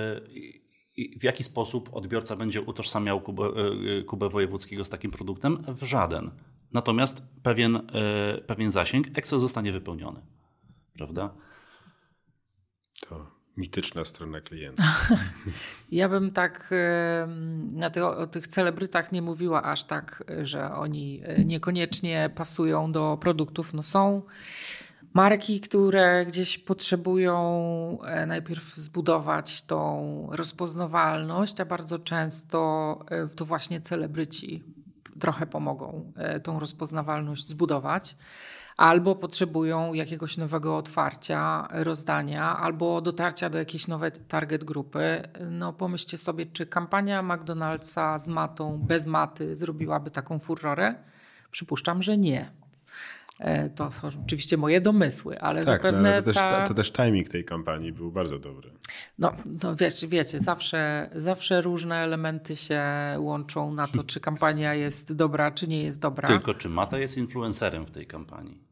w jaki sposób odbiorca będzie utożsamiał Kubę Wojewódzkiego z takim produktem? W żaden. Natomiast pewien zasięg, Excel zostanie wypełniony. Prawda? To mityczna strona klienta. Ja bym tak o tych celebrytach nie mówiła aż tak, że oni niekoniecznie pasują do produktów. No są marki, które gdzieś potrzebują najpierw zbudować tą rozpoznawalność, a bardzo często to właśnie celebryci trochę pomogą tą rozpoznawalność zbudować. Albo potrzebują jakiegoś nowego otwarcia, rozdania, albo dotarcia do jakiejś nowej target grupy. No pomyślcie sobie, czy kampania McDonald'sa z matą, bez maty zrobiłaby taką furorę? Przypuszczam, że nie. To są oczywiście moje domysły, ale tak, zapewne ale to też timing tej kampanii był bardzo dobry. No wiecie, zawsze różne elementy się łączą na to, czy kampania jest dobra, czy nie jest dobra. Tylko czy Mata jest influencerem w tej kampanii?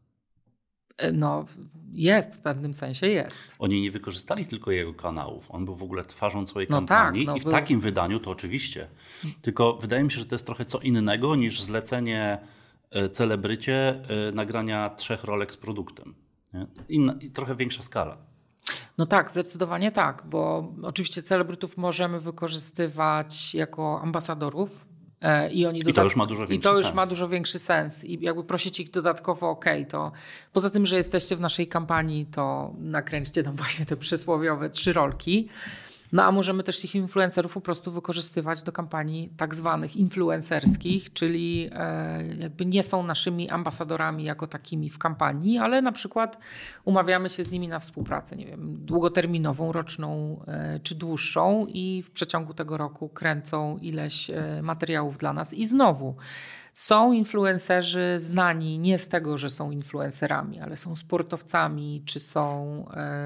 No jest, w pewnym sensie jest. Oni nie wykorzystali tylko jego kanałów. On był w ogóle twarzą swojej kampanii i w takim wydaniu to oczywiście. Tylko wydaje mi się, że to jest trochę co innego niż zlecenie celebrycie nagrania 3 rolek z produktem. I trochę większa skala. No tak, zdecydowanie tak, bo oczywiście celebrytów możemy wykorzystywać jako ambasadorów. I to już ma dużo większy sens. Ma dużo większy sens. I jakby prosić ich dodatkowo, to poza tym, że jesteście w naszej kampanii, to nakręćcie tam właśnie te przysłowiowe 3 rolki. No a możemy też tych influencerów po prostu wykorzystywać do kampanii tak zwanych influencerskich, czyli jakby nie są naszymi ambasadorami jako takimi w kampanii, ale na przykład umawiamy się z nimi na współpracę, nie wiem, długoterminową, roczną czy dłuższą i w przeciągu tego roku kręcą ileś materiałów dla nas i znowu są influencerzy znani nie z tego, że są influencerami, ale są sportowcami czy są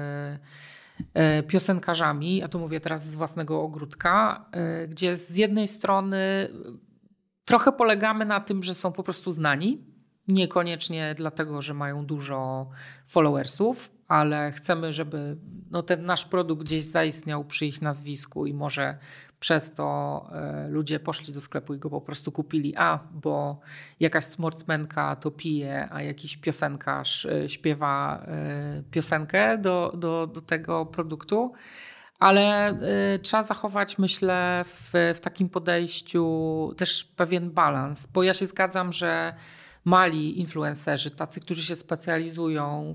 piosenkarzami, ja tu mówię teraz z własnego ogródka, gdzie z jednej strony trochę polegamy na tym, że są po prostu znani, niekoniecznie dlatego, że mają dużo followersów, ale chcemy, żeby ten nasz produkt gdzieś zaistniał przy ich nazwisku i może przez to ludzie poszli do sklepu i go po prostu kupili, bo jakaś sportsmenka to pije, a jakiś piosenkarz śpiewa piosenkę do tego produktu. Ale trzeba zachować, myślę, w takim podejściu też pewien balans, bo ja się zgadzam, że mali influencerzy, tacy, którzy się specjalizują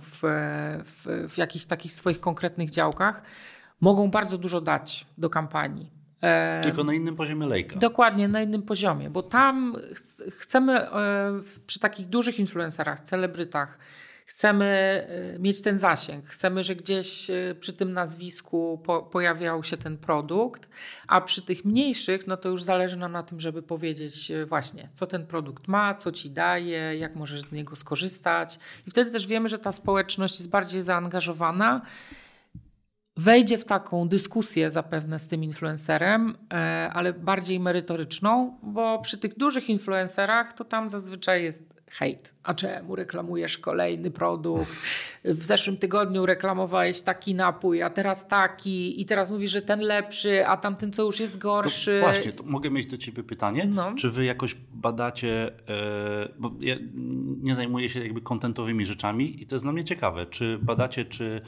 w jakichś takich swoich konkretnych działkach, mogą bardzo dużo dać do kampanii. Tylko na innym poziomie lejka. Dokładnie, na innym poziomie, bo tam chcemy przy takich dużych influencerach, celebrytach, chcemy mieć ten zasięg, chcemy, że gdzieś przy tym nazwisku pojawiał się ten produkt, a przy tych mniejszych, no to już zależy nam na tym, żeby powiedzieć właśnie, co ten produkt ma, co ci daje, jak możesz z niego skorzystać. I wtedy też wiemy, że ta społeczność jest bardziej zaangażowana, wejdzie w taką dyskusję zapewne z tym influencerem, ale bardziej merytoryczną, bo przy tych dużych influencerach to tam zazwyczaj jest hejt. A czemu reklamujesz kolejny produkt? W zeszłym tygodniu reklamowałeś taki napój, a teraz taki i teraz mówisz, że ten lepszy, a tamten co już jest gorszy. To właśnie, to mogę mieć do ciebie pytanie. No. Czy wy jakoś badacie, bo ja nie zajmuję się jakby kontentowymi rzeczami i to jest dla mnie ciekawe. Czy badacie, czy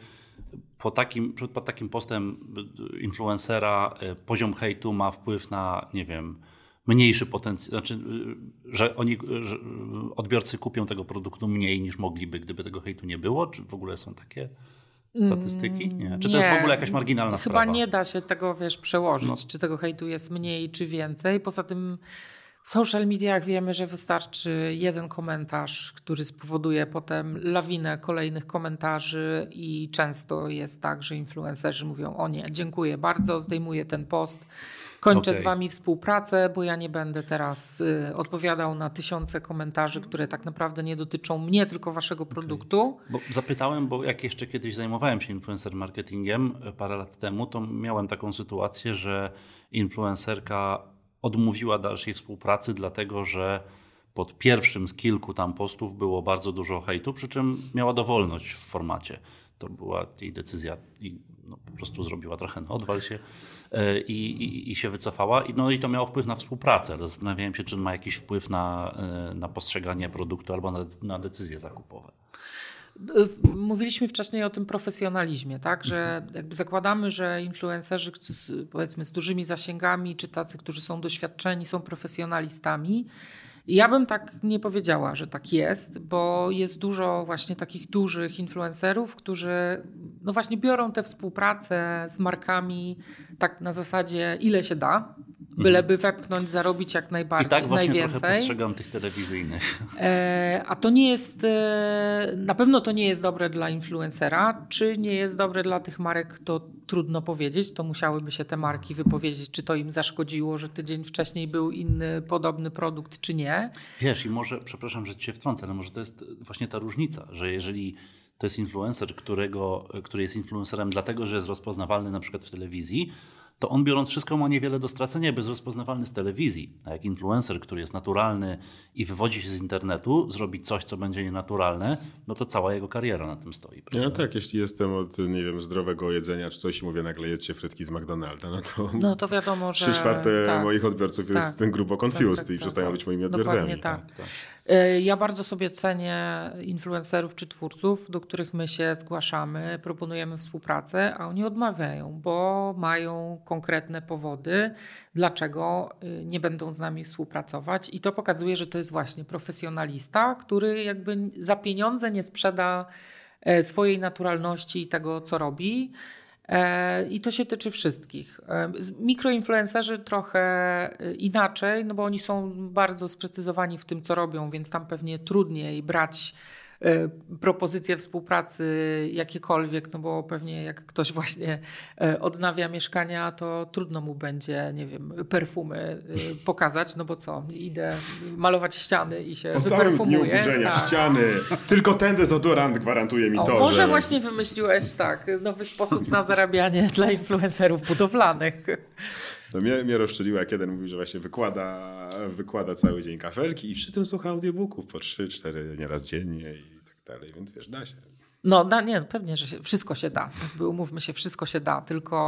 pod takim postem influencera poziom hejtu ma wpływ na, nie wiem, mniejszy potencjał, znaczy, że odbiorcy kupią tego produktu mniej niż mogliby, gdyby tego hejtu nie było? Czy w ogóle są takie statystyki? Nie. Czy to jest w ogóle jakaś marginalna sprawa? Chyba nie da się tego, przełożyć, czy tego hejtu jest mniej, czy więcej. Poza tym w social mediach wiemy, że wystarczy jeden komentarz, który spowoduje potem lawinę kolejnych komentarzy i często jest tak, że influencerzy mówią: o nie, dziękuję bardzo, zdejmuję ten post, kończę z wami współpracę, bo ja nie będę teraz odpowiadał na tysiące komentarzy, które tak naprawdę nie dotyczą mnie, tylko waszego produktu. Bo zapytałem, bo jak jeszcze kiedyś zajmowałem się influencer marketingiem parę lat temu, to miałem taką sytuację, że influencerka odmówiła dalszej współpracy, dlatego że pod pierwszym z kilku tam postów było bardzo dużo hejtu, przy czym miała dowolność w formacie. To była jej decyzja i po prostu zrobiła trochę na odwal się i się wycofała. I to miało wpływ na współpracę, ale zastanawiałem się, czy ma jakiś wpływ na postrzeganie produktu albo na decyzje zakupowe. Mówiliśmy wcześniej o tym profesjonalizmie, tak? Że jakby zakładamy, że influencerzy powiedzmy z dużymi zasięgami, czy tacy, którzy są doświadczeni, są profesjonalistami. Ja bym tak nie powiedziała, że tak jest, bo jest dużo właśnie takich dużych influencerów, którzy no właśnie biorą tę współpracę z markami tak na zasadzie ile się da, byleby wepchnąć, zarobić jak najbardziej, I tak właśnie najwięcej. Trochę postrzegam tych telewizyjnych. A to nie jest, na pewno to nie jest dobre dla influencera. Czy nie jest dobre dla tych marek, to trudno powiedzieć. To musiałyby się te marki wypowiedzieć, czy to im zaszkodziło, że tydzień wcześniej był inny podobny produkt, czy nie. Wiesz, i może, przepraszam, że ci się wtrącę, ale może to jest właśnie ta różnica, że jeżeli to jest influencer, który jest influencerem dlatego, że jest rozpoznawalny na przykład w telewizji, to on biorąc wszystko ma niewiele do stracenia, bez rozpoznawalny z telewizji. A jak influencer, który jest naturalny i wywodzi się z internetu, zrobi coś, co będzie nienaturalne, no to cała jego kariera na tym stoi. Prawda? No tak, jeśli jestem od, nie wiem, zdrowego jedzenia czy coś i mówię nagle jedzcie frytki z McDonalda, no to wiadomo, że 3/4 moich odbiorców jest ten grubo confused i przestają być moimi odbiorcami. Dokładnie tak. Ja bardzo sobie cenię influencerów czy twórców, do których my się zgłaszamy, proponujemy współpracę, a oni odmawiają, bo mają konkretne powody, dlaczego nie będą z nami współpracować i to pokazuje, że to jest właśnie profesjonalista, który jakby za pieniądze nie sprzeda swojej naturalności i tego, co robi. I to się tyczy wszystkich. Mikroinfluencerzy trochę inaczej, no bo oni są bardzo sprecyzowani w tym, co robią, więc tam pewnie trudniej brać propozycje współpracy jakiekolwiek, no bo pewnie jak ktoś właśnie odnawia mieszkania, to trudno mu będzie, nie wiem, perfumy pokazać, no bo co, idę malować ściany i się wyperfumuję. Po całym dniu burzenia ściany, tylko ten dezodorant gwarantuje mi to, może właśnie wymyśliłeś nowy sposób na zarabianie dla influencerów budowlanych. No mnie rozczuliło, jak jeden mówił, że właśnie wykłada cały dzień kafelki i przy tym słucha audiobooków po 3-4 nieraz dziennie i tak dalej, więc wiesz, da się. No nie, pewnie, że wszystko się da. Umówmy się, wszystko się da,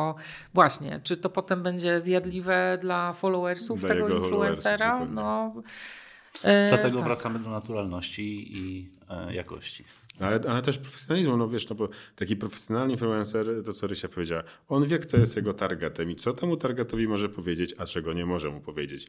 tylko czy to potem będzie zjadliwe dla followersów tego influencera? Dlatego wracamy do naturalności i jakości. Ale też profesjonalizmu, no wiesz, no bo taki profesjonalny influencer, to co Rysia powiedziała, on wie, kto jest jego targetem i co temu targetowi może powiedzieć, a czego nie może mu powiedzieć.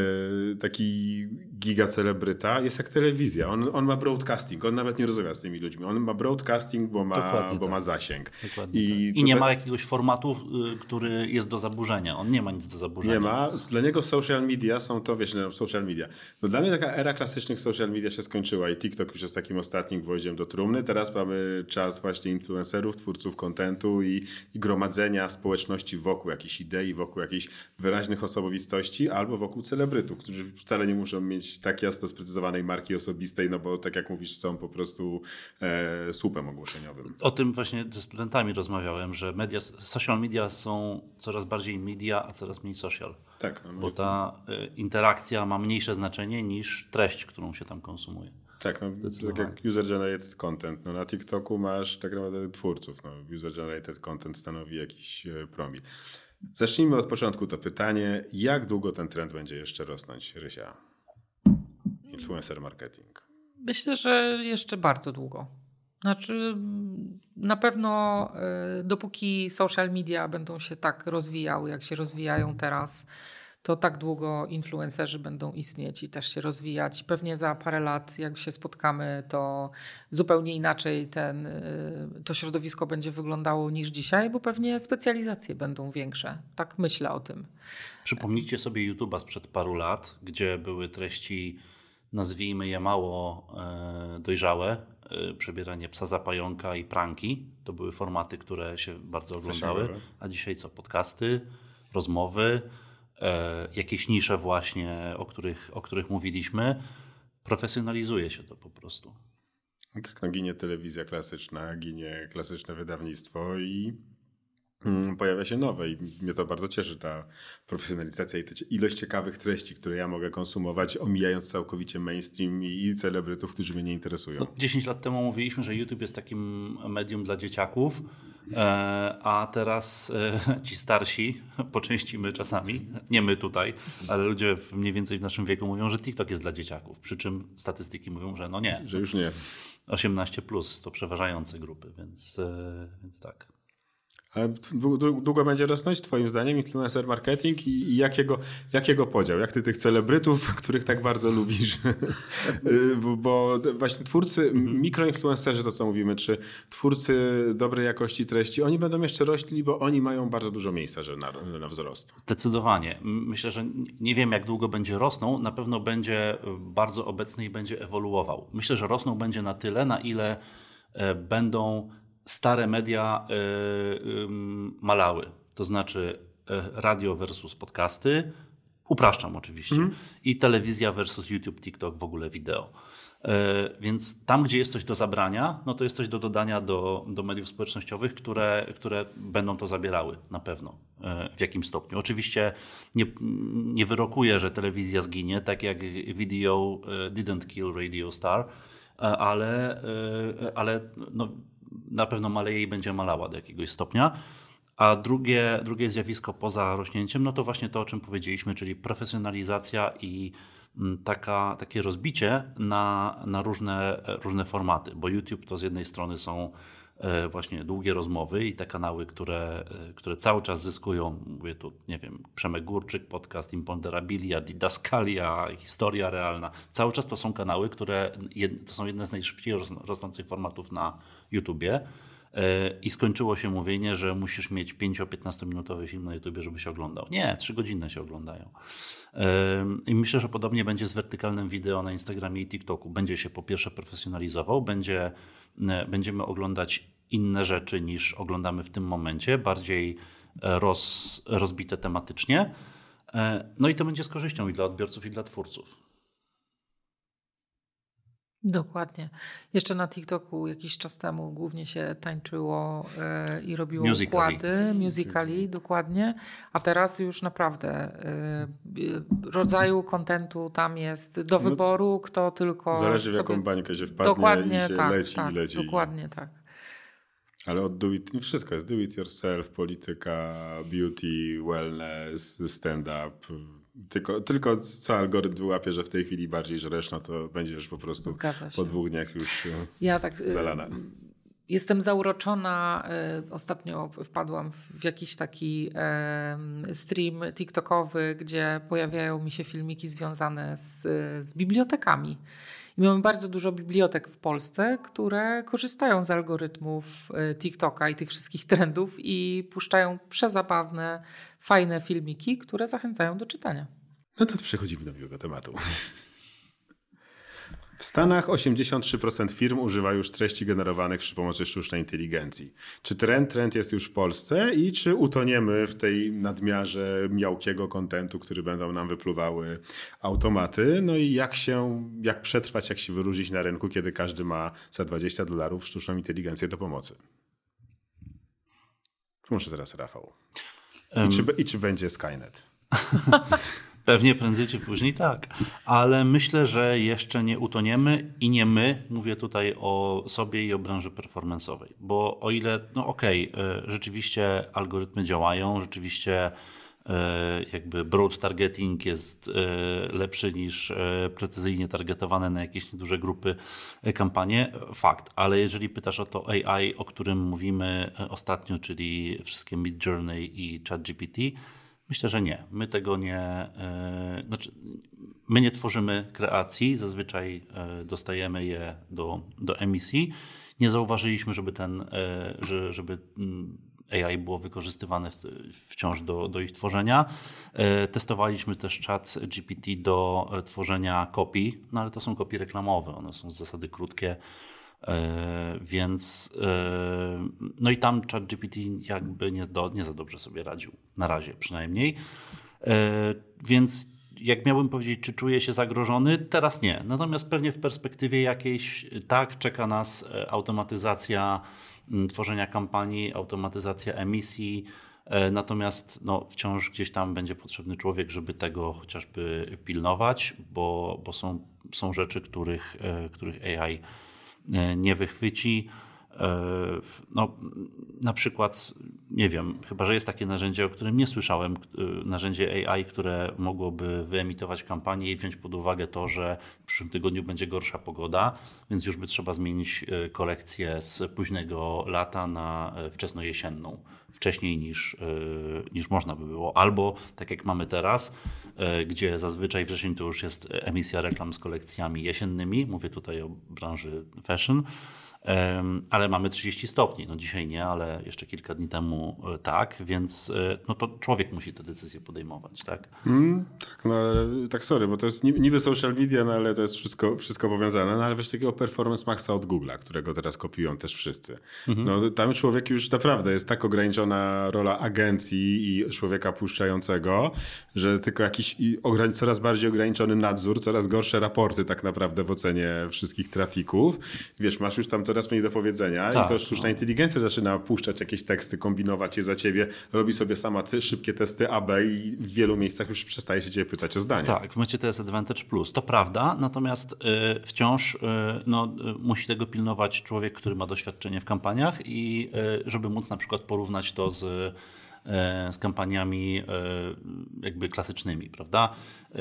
Taki gigacelebryta jest jak telewizja, on ma broadcasting, on nawet nie rozmawia z tymi ludźmi, on ma broadcasting, bo ma zasięg. I nie ma jakiegoś formatu, który jest do zaburzenia, on nie ma nic do zaburzenia. Nie ma, dla niego social media są to, wiesz, social media. No dla mnie taka era klasycznych social media się skończyła i TikTok już jest takim ostatnim gwoździem do trumny. Teraz mamy czas właśnie influencerów, twórców kontentu i gromadzenia społeczności wokół jakichś idei, wokół jakichś wyraźnych osobowości albo wokół celebrytów, którzy wcale nie muszą mieć tak jasno sprecyzowanej marki osobistej, no bo tak jak mówisz, są po prostu słupem ogłoszeniowym. O tym właśnie ze studentami rozmawiałem, że social media są coraz bardziej media, a coraz mniej social. Tak. Bo ta interakcja ma mniejsze znaczenie niż treść, którą się tam konsumuje. Tak, tak jak user-generated content. No, na TikToku masz tak naprawdę twórców. No, user-generated content stanowi jakiś promil. Zacznijmy od początku to pytanie. Jak długo ten trend będzie jeszcze rosnąć, Rysia? Influencer marketing. Myślę, że jeszcze bardzo długo. Znaczy, na pewno dopóki social media będą się tak rozwijały, jak się rozwijają teraz, to tak długo influencerzy będą istnieć i też się rozwijać. Pewnie za parę lat, jak się spotkamy, to zupełnie inaczej to środowisko będzie wyglądało niż dzisiaj, bo pewnie specjalizacje będą większe. Tak myślę o tym. Przypomnijcie sobie YouTube'a sprzed paru lat, gdzie były treści, nazwijmy je mało dojrzałe, przebieranie psa za pająka i pranki. To były formaty, które się bardzo oglądały. A dzisiaj co? Podcasty, rozmowy, jakieś nisze właśnie, o których mówiliśmy. Profesjonalizuje się to po prostu. No tak, no ginie telewizja klasyczna, ginie klasyczne wydawnictwo i pojawia się nowe i mnie to bardzo cieszy, ta profesjonalizacja i ilość ciekawych treści, które ja mogę konsumować, omijając całkowicie mainstream i celebrytów, którzy mnie nie interesują. No, 10 lat temu mówiliśmy, że YouTube jest takim medium dla dzieciaków, a teraz ci starsi, po części my czasami, nie my tutaj, ale ludzie mniej więcej w naszym wieku mówią, że TikTok jest dla dzieciaków, przy czym statystyki mówią, że no nie. Że już nie. 18+ to przeważające grupy, więc tak. Ale długo będzie rosnąć twoim zdaniem influencer marketing i jakiego podział? Jak ty tych celebrytów, których tak bardzo lubisz? Bo właśnie twórcy, mikroinfluencerzy, to co mówimy, czy twórcy dobrej jakości treści, oni będą jeszcze rośli, bo oni mają bardzo dużo miejsca na wzrost. Zdecydowanie. Myślę, że nie wiem jak długo będzie rosnął, na pewno będzie bardzo obecny i będzie ewoluował. Myślę, że rosną będzie na tyle, na ile będą stare media malały, to znaczy radio versus podcasty, upraszczam oczywiście, i telewizja versus YouTube, TikTok, w ogóle wideo. Więc tam, gdzie jest coś do zabrania, no to jest coś do dodania do mediów społecznościowych, które będą to zabierały na pewno w jakimś stopniu. Oczywiście nie wyrokuję, że telewizja zginie, tak jak video didn't kill Radio Star, ale no, na pewno maleje i będzie malała do jakiegoś stopnia. A drugie zjawisko poza rośnięciem, no to właśnie to, o czym powiedzieliśmy, czyli profesjonalizacja i takie rozbicie na różne formaty. Bo YouTube to z jednej strony są właśnie długie rozmowy i te kanały, które cały czas zyskują, mówię tu, nie wiem, Przemek Górczyk, podcast Imponderabilia, Didaskalia, Historia Realna. Cały czas to są kanały, to są jedne z najszybciej rosnących formatów na YouTubie. I skończyło się mówienie, że musisz mieć 5-15 minutowy film na YouTubie, żeby się oglądał. Nie, 3 godziny się oglądają. I myślę, że podobnie będzie z wertykalnym wideo na Instagramie i TikToku. Będzie się po pierwsze profesjonalizował, będziemy oglądać inne rzeczy niż oglądamy w tym momencie, bardziej rozbite tematycznie. No i to będzie z korzyścią i dla odbiorców, i dla twórców. Dokładnie. Jeszcze na TikToku jakiś czas temu głównie się tańczyło i robiło układy, musicali, dokładnie. A teraz już naprawdę rodzaju kontentu tam jest do wyboru, kto tylko zależy w jaką bańkę się wpadnie dokładnie, i się tak, leci tak, i leci. Dokładnie tak. Ale od wszystko jest do it yourself, polityka, beauty, wellness, stand-up. Tylko co algorytm wyłapie, że w tej chwili bardziej żresz, no to będziesz po prostu po 2 dniach już zalana. Jestem zauroczona. Ostatnio wpadłam w jakiś taki stream TikTokowy, gdzie pojawiają mi się filmiki związane z bibliotekami. I mamy bardzo dużo bibliotek w Polsce, które korzystają z algorytmów TikToka i tych wszystkich trendów i puszczają przezabawne, fajne filmiki, które zachęcają do czytania. No to przechodzimy do miłego tematu. W Stanach 83% firm używa już treści generowanych przy pomocy sztucznej inteligencji. Czy trend jest już w Polsce i czy utoniemy w tej nadmiarze miałkiego kontentu, który będą nam wypluwały automaty? No i jak przetrwać, jak się wyróżnić na rynku, kiedy każdy ma za $20 sztuczną inteligencję do pomocy? Może teraz Rafał. I czy będzie Skynet? Pewnie prędzej czy później tak, ale myślę, że jeszcze nie utoniemy i nie my, mówię tutaj o sobie i o branży performance'owej, bo o ile, rzeczywiście algorytmy działają, rzeczywiście jakby broad targeting jest lepszy niż precyzyjnie targetowane na jakieś nieduże grupy kampanie, fakt, ale jeżeli pytasz o to AI, o którym mówimy ostatnio, czyli wszystkie Midjourney i ChatGPT, myślę, że nie. My tego nie... my nie tworzymy kreacji, zazwyczaj dostajemy je do emisji. Nie zauważyliśmy, żeby AI było wykorzystywane wciąż do ich tworzenia. Testowaliśmy też ChatGPT do tworzenia kopii, no ale to są kopie reklamowe, one są z zasady krótkie. Więc no i tam ChatGPT jakby nie za dobrze sobie radził, na razie przynajmniej. Więc jak miałbym powiedzieć, czy czuję się zagrożony? Teraz nie. Natomiast pewnie w perspektywie jakiejś tak czeka nas automatyzacja tworzenia kampanii, automatyzacja emisji. Natomiast wciąż gdzieś tam będzie potrzebny człowiek, żeby tego chociażby pilnować, bo są rzeczy, których AI nie wychwyci. Na przykład, nie wiem, chyba że jest takie narzędzie, o którym nie słyszałem, narzędzie AI, które mogłoby wyemitować kampanię i wziąć pod uwagę to, że w przyszłym tygodniu będzie gorsza pogoda, więc już by trzeba zmienić kolekcję z późnego lata na wczesnojesienną, wcześniej niż można by było. Albo tak jak mamy teraz, gdzie zazwyczaj wrzesień to już jest emisja reklam z kolekcjami jesiennymi, mówię tutaj o branży fashion, ale mamy 30 stopni. Dzisiaj nie, ale jeszcze kilka dni temu tak, więc to człowiek musi te decyzje podejmować, tak? Tak, tak sorry, bo to jest niby social media, ale to jest wszystko powiązane, ale weź takiego Performance Maxa od Google'a, którego teraz kopiują też wszyscy. Tam człowiek już naprawdę jest tak ograniczona rola agencji i człowieka puszczającego, że tylko jakiś coraz bardziej ograniczony nadzór, coraz gorsze raporty tak naprawdę w ocenie wszystkich trafików. Wiesz, masz już tam coraz mniej do powiedzenia i to sztuczna inteligencja zaczyna puszczać jakieś teksty, kombinować je za ciebie, robi sobie sama szybkie testy AB i w wielu miejscach już przestaje się ciebie pytać o zdanie. Tak, w mecie to jest Advantage Plus, to prawda, natomiast wciąż musi tego pilnować człowiek, który ma doświadczenie w kampaniach i żeby móc na przykład porównać to z kampaniami jakby klasycznymi, prawda?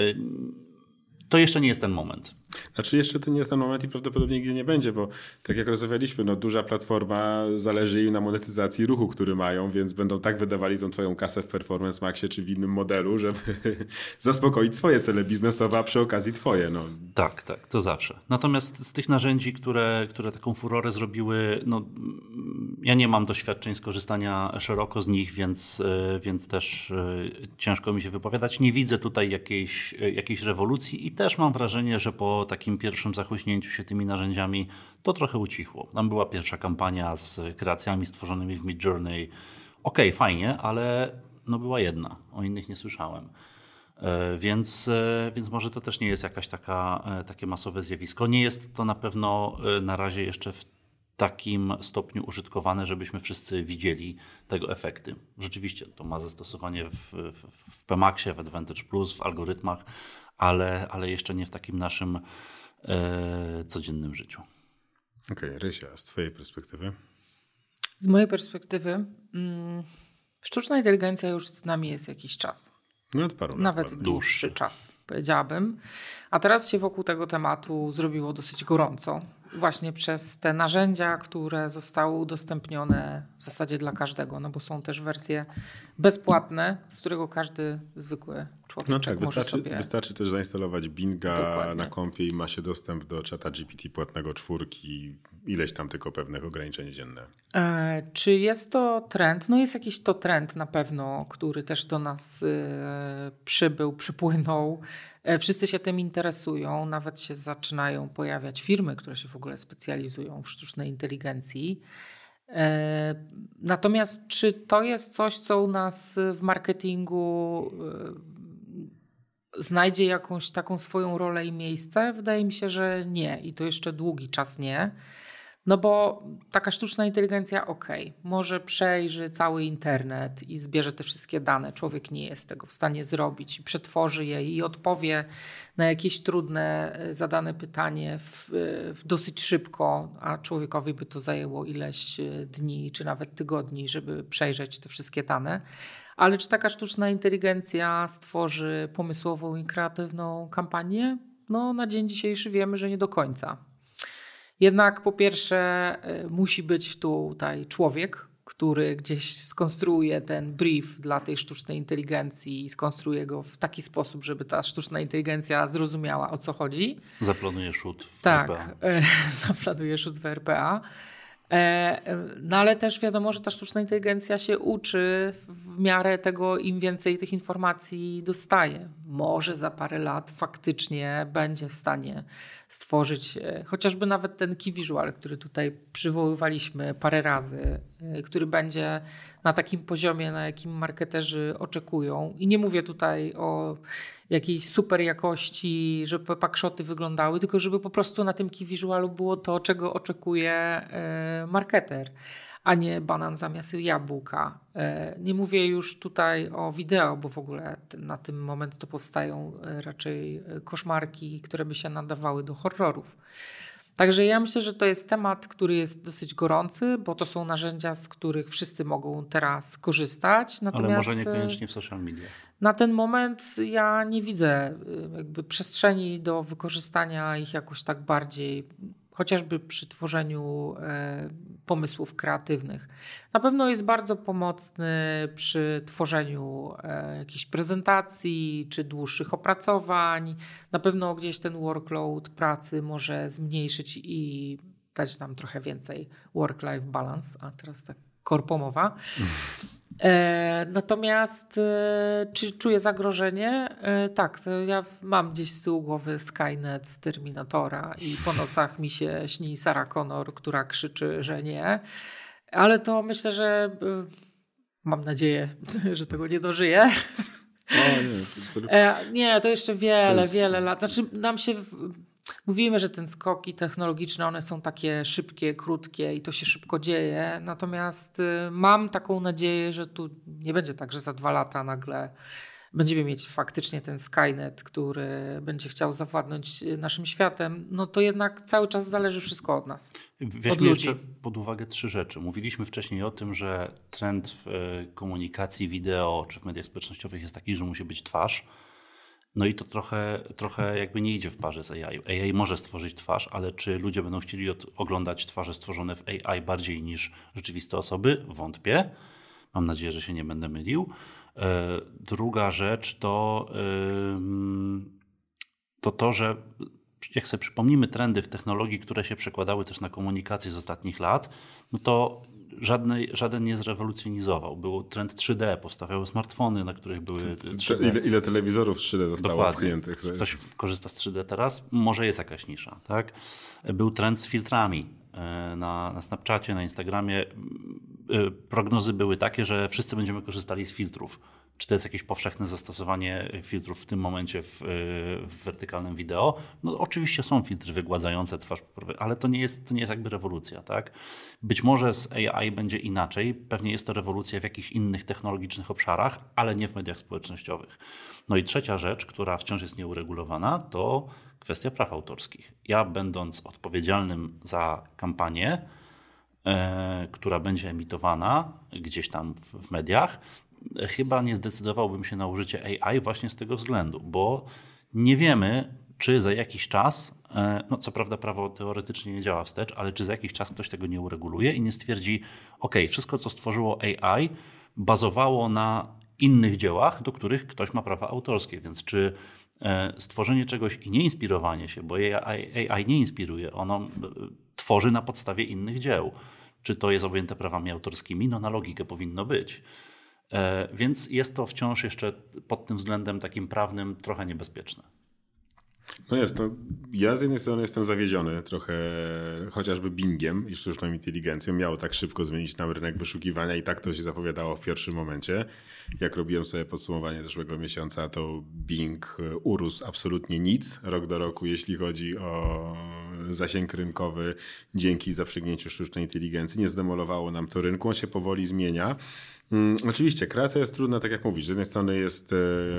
To jeszcze nie jest ten moment. Znaczy jeszcze to nie jest ten moment i prawdopodobnie nigdy nie będzie, bo tak jak rozmawialiśmy, duża platforma zależy im na monetyzacji ruchu, który mają, więc będą tak wydawali tą twoją kasę w Performance Maxie czy w innym modelu, żeby zaspokoić swoje cele biznesowe, a przy okazji twoje. Tak, to zawsze. Natomiast z tych narzędzi, które taką furorę zrobiły, ja nie mam doświadczeń skorzystania szeroko z nich, więc też ciężko mi się wypowiadać. Nie widzę tutaj jakiejś rewolucji i też mam wrażenie, że po takim pierwszym zachłyśnięciu się tymi narzędziami to trochę ucichło. Tam była pierwsza kampania z kreacjami stworzonymi w Midjourney. Okej, fajnie, ale była jedna. O innych nie słyszałem. Więc może to też nie jest jakaś takie masowe zjawisko. Nie jest to na pewno na razie jeszcze w takim stopniu użytkowane, żebyśmy wszyscy widzieli tego efekty. Rzeczywiście to ma zastosowanie w PMAX-ie, w Advantage Plus, w algorytmach, ale jeszcze nie w takim naszym codziennym życiu. Okej, Rysia, z twojej perspektywy? Z mojej perspektywy sztuczna inteligencja już z nami jest jakiś czas. No od paru lat. Nawet dłuższy czas, powiedziałabym. A teraz się wokół tego tematu zrobiło dosyć gorąco. Właśnie przez te narzędzia, które zostały udostępnione w zasadzie dla każdego, no bo są też wersje bezpłatne, z którego każdy zwykły człowiek No tak, może sobie... wystarczy też zainstalować Binga Dokładnie. na kompie i ma się dostęp do czata GPT płatnego 4, ileś tam tylko pewnych ograniczeń dzienne. Czy jest to trend? No jest jakiś to trend na pewno, który też do nas przypłynął. Wszyscy się tym interesują, nawet się zaczynają pojawiać firmy, które się w ogóle specjalizują w sztucznej inteligencji. Natomiast czy to jest coś, co u nas w marketingu znajdzie jakąś taką swoją rolę i miejsce? Wydaje mi się, że nie i to jeszcze długi czas nie. No bo taka sztuczna inteligencja, może przejrzy cały internet i zbierze te wszystkie dane. Człowiek nie jest tego w stanie zrobić i przetworzy je i odpowie na jakieś trudne, zadane pytanie w dosyć szybko, a człowiekowi by to zajęło ileś dni czy nawet tygodni, żeby przejrzeć te wszystkie dane. Ale czy taka sztuczna inteligencja stworzy pomysłową i kreatywną kampanię? No na dzień dzisiejszy wiemy, że nie do końca. Jednak po pierwsze musi być tutaj człowiek, który gdzieś skonstruuje ten brief dla tej sztucznej inteligencji i skonstruuje go w taki sposób, żeby ta sztuczna inteligencja zrozumiała, o co chodzi. Zaplanuje shoot w tak, RPA. Zaplanuje shoot w RPA. No ale też wiadomo, że ta sztuczna inteligencja się uczy w miarę tego, im więcej tych informacji dostaje. Może za parę lat faktycznie będzie w stanie stworzyć chociażby nawet ten key visual, który tutaj przywoływaliśmy parę razy, który będzie na takim poziomie, na jakim marketerzy oczekują. I nie mówię tutaj o jakiejś super jakości, żeby packshoty wyglądały, tylko żeby po prostu na tym key visualu było to, czego oczekuje marketer, a nie banan zamiast jabłka. Nie mówię już tutaj o wideo, bo w ogóle na tym moment to powstają raczej koszmarki, które by się nadawały do horrorów. Także ja myślę, że to jest temat, który jest dosyć gorący, bo to są narzędzia, z których wszyscy mogą teraz korzystać. Natomiast ale może niekoniecznie w social media. Na ten moment ja nie widzę jakby przestrzeni do wykorzystania ich jakoś tak bardziej, chociażby przy tworzeniu pomysłów kreatywnych. Na pewno jest bardzo pomocny przy tworzeniu jakichś prezentacji czy dłuższych opracowań. Na pewno gdzieś ten workload pracy może zmniejszyć i dać nam trochę więcej work-life balance, a teraz tak korpomowa. Natomiast czy czuję zagrożenie? Tak, to ja mam gdzieś z tyłu głowy Skynet z Terminatora i po nocach mi się śni Sarah Connor, która krzyczy, że nie. Ale to myślę, że mam nadzieję, że tego nie dożyję. Nie, to jeszcze wiele lat. Znaczy nam się... Mówimy, że te skoki technologiczne, one są takie szybkie, krótkie i to się szybko dzieje. Natomiast mam taką nadzieję, że tu nie będzie tak, że za 2 lata nagle będziemy mieć faktycznie ten Skynet, który będzie chciał zawładnąć naszym światem. No to jednak cały czas zależy wszystko od nas. Weźmy jeszcze pod uwagę 3 rzeczy. Mówiliśmy wcześniej o tym, że trend w komunikacji wideo czy w mediach społecznościowych jest taki, że musi być twarz. No i to trochę jakby nie idzie w parze z AI. AI może stworzyć twarz, ale czy ludzie będą chcieli oglądać twarze stworzone w AI bardziej niż rzeczywiste osoby? Wątpię. Mam nadzieję, że się nie będę mylił. Druga rzecz to że jak sobie przypomnimy trendy w technologii, które się przekładały też na komunikację z ostatnich lat, no to żaden nie zrewolucjonizował. Był trend 3D, powstawały smartfony, na których były 3D. Ile telewizorów 3D zostało wchniętych? Ktoś korzysta z 3D teraz? Może jest jakaś nisza. Tak? Był trend z filtrami. Na Snapchacie, na Instagramie prognozy były takie, że wszyscy będziemy korzystali z filtrów. Czy to jest jakieś powszechne zastosowanie filtrów w tym momencie w wertykalnym wideo? No oczywiście są filtry wygładzające twarz, ale to nie jest jakby rewolucja. Tak? Być może z AI będzie inaczej, pewnie jest to rewolucja w jakichś innych technologicznych obszarach, ale nie w mediach społecznościowych. No i trzecia rzecz, która wciąż jest nieuregulowana, to kwestia praw autorskich. Ja będąc odpowiedzialnym za kampanię, która będzie emitowana gdzieś tam w mediach, chyba nie zdecydowałbym się na użycie AI właśnie z tego względu, bo nie wiemy, czy za jakiś czas, no co prawda prawo teoretycznie nie działa wstecz, ale czy za jakiś czas ktoś tego nie ureguluje i nie stwierdzi, wszystko co stworzyło AI bazowało na innych dziełach, do których ktoś ma prawa autorskie, więc czy stworzenie czegoś i nie inspirowanie się, bo AI nie inspiruje, ono tworzy na podstawie innych dzieł. Czy to jest objęte prawami autorskimi? No na logikę powinno być. Więc jest to wciąż jeszcze pod tym względem takim prawnym trochę niebezpieczne. No jest, ja z jednej strony jestem zawiedziony trochę chociażby Bingiem i sztuczną inteligencją. Miało tak szybko zmienić nam rynek wyszukiwania i tak to się zapowiadało w pierwszym momencie. Jak robiłem sobie podsumowanie zeszłego miesiąca, to Bing urósł absolutnie nic rok do roku, jeśli chodzi o zasięg rynkowy dzięki zaprzęgnięciu sztucznej inteligencji. Nie zdemolowało nam to rynku, on się powoli zmienia. Oczywiście, kreacja jest trudna, tak jak mówisz. Z jednej strony jest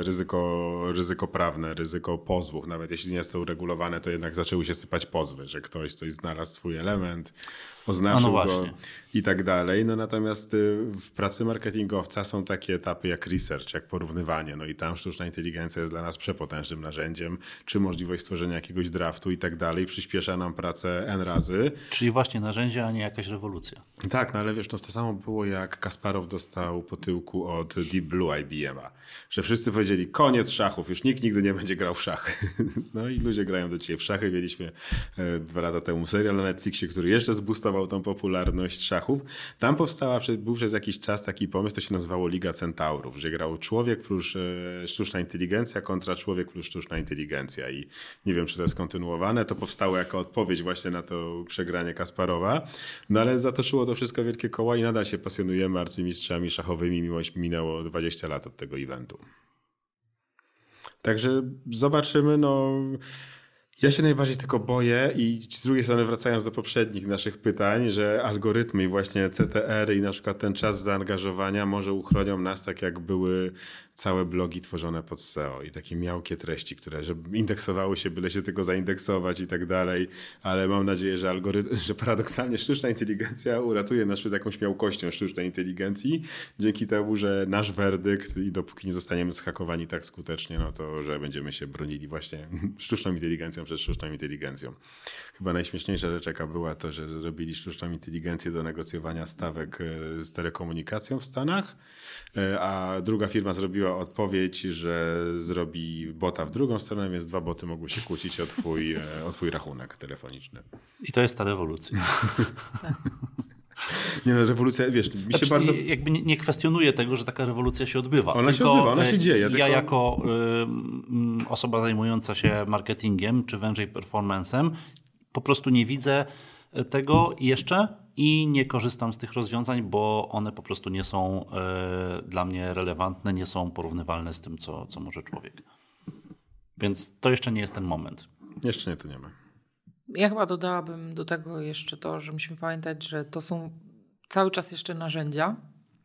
ryzyko prawne, ryzyko pozwów. Nawet jeśli nie jest to uregulowane, to jednak zaczęły się sypać pozwy, że ktoś coś znalazł, swój element, oznaczył go i tak dalej. No natomiast w pracy marketingowca są takie etapy jak research, jak porównywanie. No i tam sztuczna inteligencja jest dla nas przepotężnym narzędziem, czy możliwość stworzenia jakiegoś draftu i tak dalej. Przyspiesza nam pracę N razy. Czyli właśnie narzędzie, a nie jakaś rewolucja. Tak, no ale wiesz, to samo było jak Kasparow dostał po tyłku od Deep Blue IBM-a, że wszyscy powiedzieli koniec szachów, już nikt nigdy nie będzie grał w szachy. No i ludzie grają do dzisiaj w szachy. Mieliśmy 2 lata temu serial na Netflixie, który jeszcze zboostował tą popularność szachów. Tam był przez jakiś czas taki pomysł, to się nazywało Liga Centaurów, że grał człowiek plus sztuczna inteligencja kontra człowiek plus sztuczna inteligencja i nie wiem, czy to jest kontynuowane. To powstało jako odpowiedź właśnie na to przegranie Kasparowa. No ale zatoczyło to wszystko wielkie koła i nadal się pasjonujemy arcymistrzami szachowymi, mimo że minęło 20 lat od tego eventu. Także zobaczymy, ja się najbardziej tylko boję i z drugiej strony wracając do poprzednich naszych pytań, że algorytmy i właśnie CTR i na przykład ten czas zaangażowania może uchronią nas tak jak były całe blogi tworzone pod SEO i takie miałkie treści, które żeby indeksowały się, byle się tylko zaindeksować i tak dalej, ale mam nadzieję, że paradoksalnie sztuczna inteligencja uratuje nas przed jakąś miałkością sztucznej inteligencji, dzięki temu, że nasz werdykt i dopóki nie zostaniemy zhakowani tak skutecznie, no to, że będziemy się bronili właśnie sztuczną inteligencją przed sztuczną inteligencją. Chyba najśmieszniejsza rzecz jaka była to, że zrobili sztuczną inteligencję do negocjowania stawek z telekomunikacją w Stanach, a druga firma zrobiła odpowiedź, że zrobi bota w drugą stronę, więc 2 boty mogły się kłócić o twój rachunek telefoniczny. I to jest ta rewolucja. Nie no, rewolucja, wiesz, mi się bardzo... Jakby nie kwestionuję tego, że taka rewolucja się odbywa. Ona się dzieje. Ja jako osoba zajmująca się marketingiem, czy wężej performance'em, po prostu nie widzę tego jeszcze i nie korzystam z tych rozwiązań, bo one po prostu nie są dla mnie relevantne, nie są porównywalne z tym, co może człowiek. Więc to jeszcze nie jest ten moment. Jeszcze nie, to nie ma. Ja chyba dodałabym do tego jeszcze to, że musimy pamiętać, że to są cały czas jeszcze narzędzia.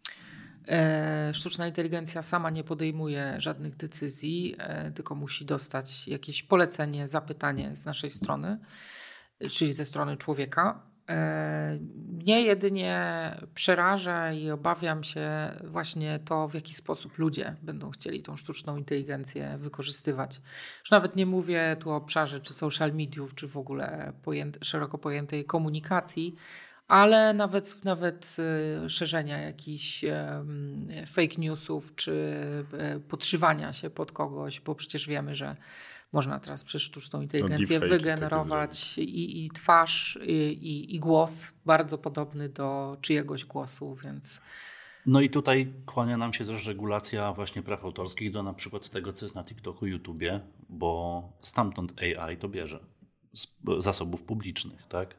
Sztuczna inteligencja sama nie podejmuje żadnych decyzji, tylko musi dostać jakieś polecenie, zapytanie z naszej strony, czyli ze strony człowieka. Mnie jedynie przeraża i obawiam się właśnie to, w jaki sposób ludzie będą chcieli tą sztuczną inteligencję wykorzystywać. Już nawet nie mówię tu o obszarze czy social mediów, czy w ogóle szeroko pojętej komunikacji, ale nawet szerzenia jakichś fake newsów, czy podszywania się pod kogoś, bo przecież wiemy, że można teraz przez sztuczną inteligencję wygenerować i twarz, i głos bardzo podobny do czyjegoś głosu, więc... No i tutaj kłania nam się też regulacja właśnie praw autorskich do na przykład tego, co jest na TikToku, YouTubie, bo stamtąd AI to bierze z zasobów publicznych, tak?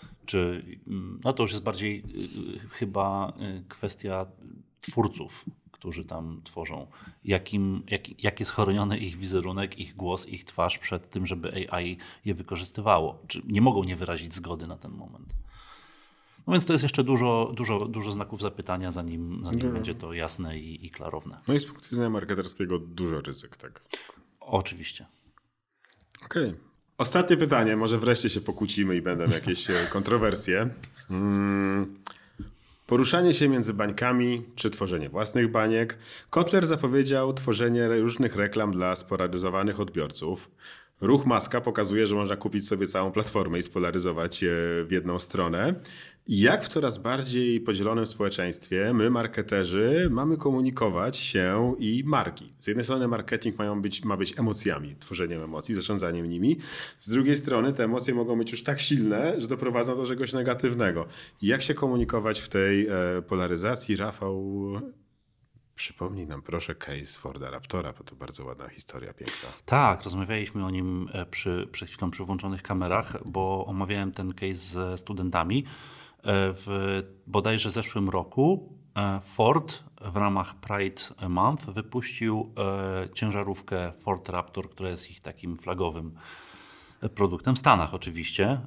No to już jest bardziej chyba kwestia twórców, którzy tam tworzą, jak jest chroniony ich wizerunek, ich głos, ich twarz przed tym, żeby AI je wykorzystywało. Czy nie mogą nie wyrazić zgody na ten moment. No więc to jest jeszcze dużo znaków zapytania, zanim będzie to jasne i klarowne. No i z punktu widzenia marketerskiego dużo ryzyk, tak? Oczywiście. Okej. Ostatnie pytanie, może wreszcie się pokłócimy i będą jakieś kontrowersje. Poruszanie się między bańkami czy tworzenie własnych baniek. Kotler zapowiedział tworzenie różnych reklam dla spolaryzowanych odbiorców. Ruch Muska pokazuje, że można kupić sobie całą platformę i spolaryzować je w jedną stronę. I jak w coraz bardziej podzielonym społeczeństwie my, marketerzy, mamy komunikować się i marki. Z jednej strony marketing ma być emocjami, tworzeniem emocji, zarządzaniem nimi. Z drugiej strony te emocje mogą być już tak silne, że doprowadzą do czegoś negatywnego. I jak się komunikować w tej polaryzacji? Rafał, przypomnij nam proszę case Forda Raptora, bo to bardzo ładna historia, piękna. Tak, rozmawialiśmy o nim przed chwilą przy włączonych kamerach, bo omawiałem ten case ze studentami. W bodajże zeszłym roku Ford w ramach Pride Month wypuścił ciężarówkę Ford Raptor, która jest ich takim flagowym produktem w Stanach oczywiście,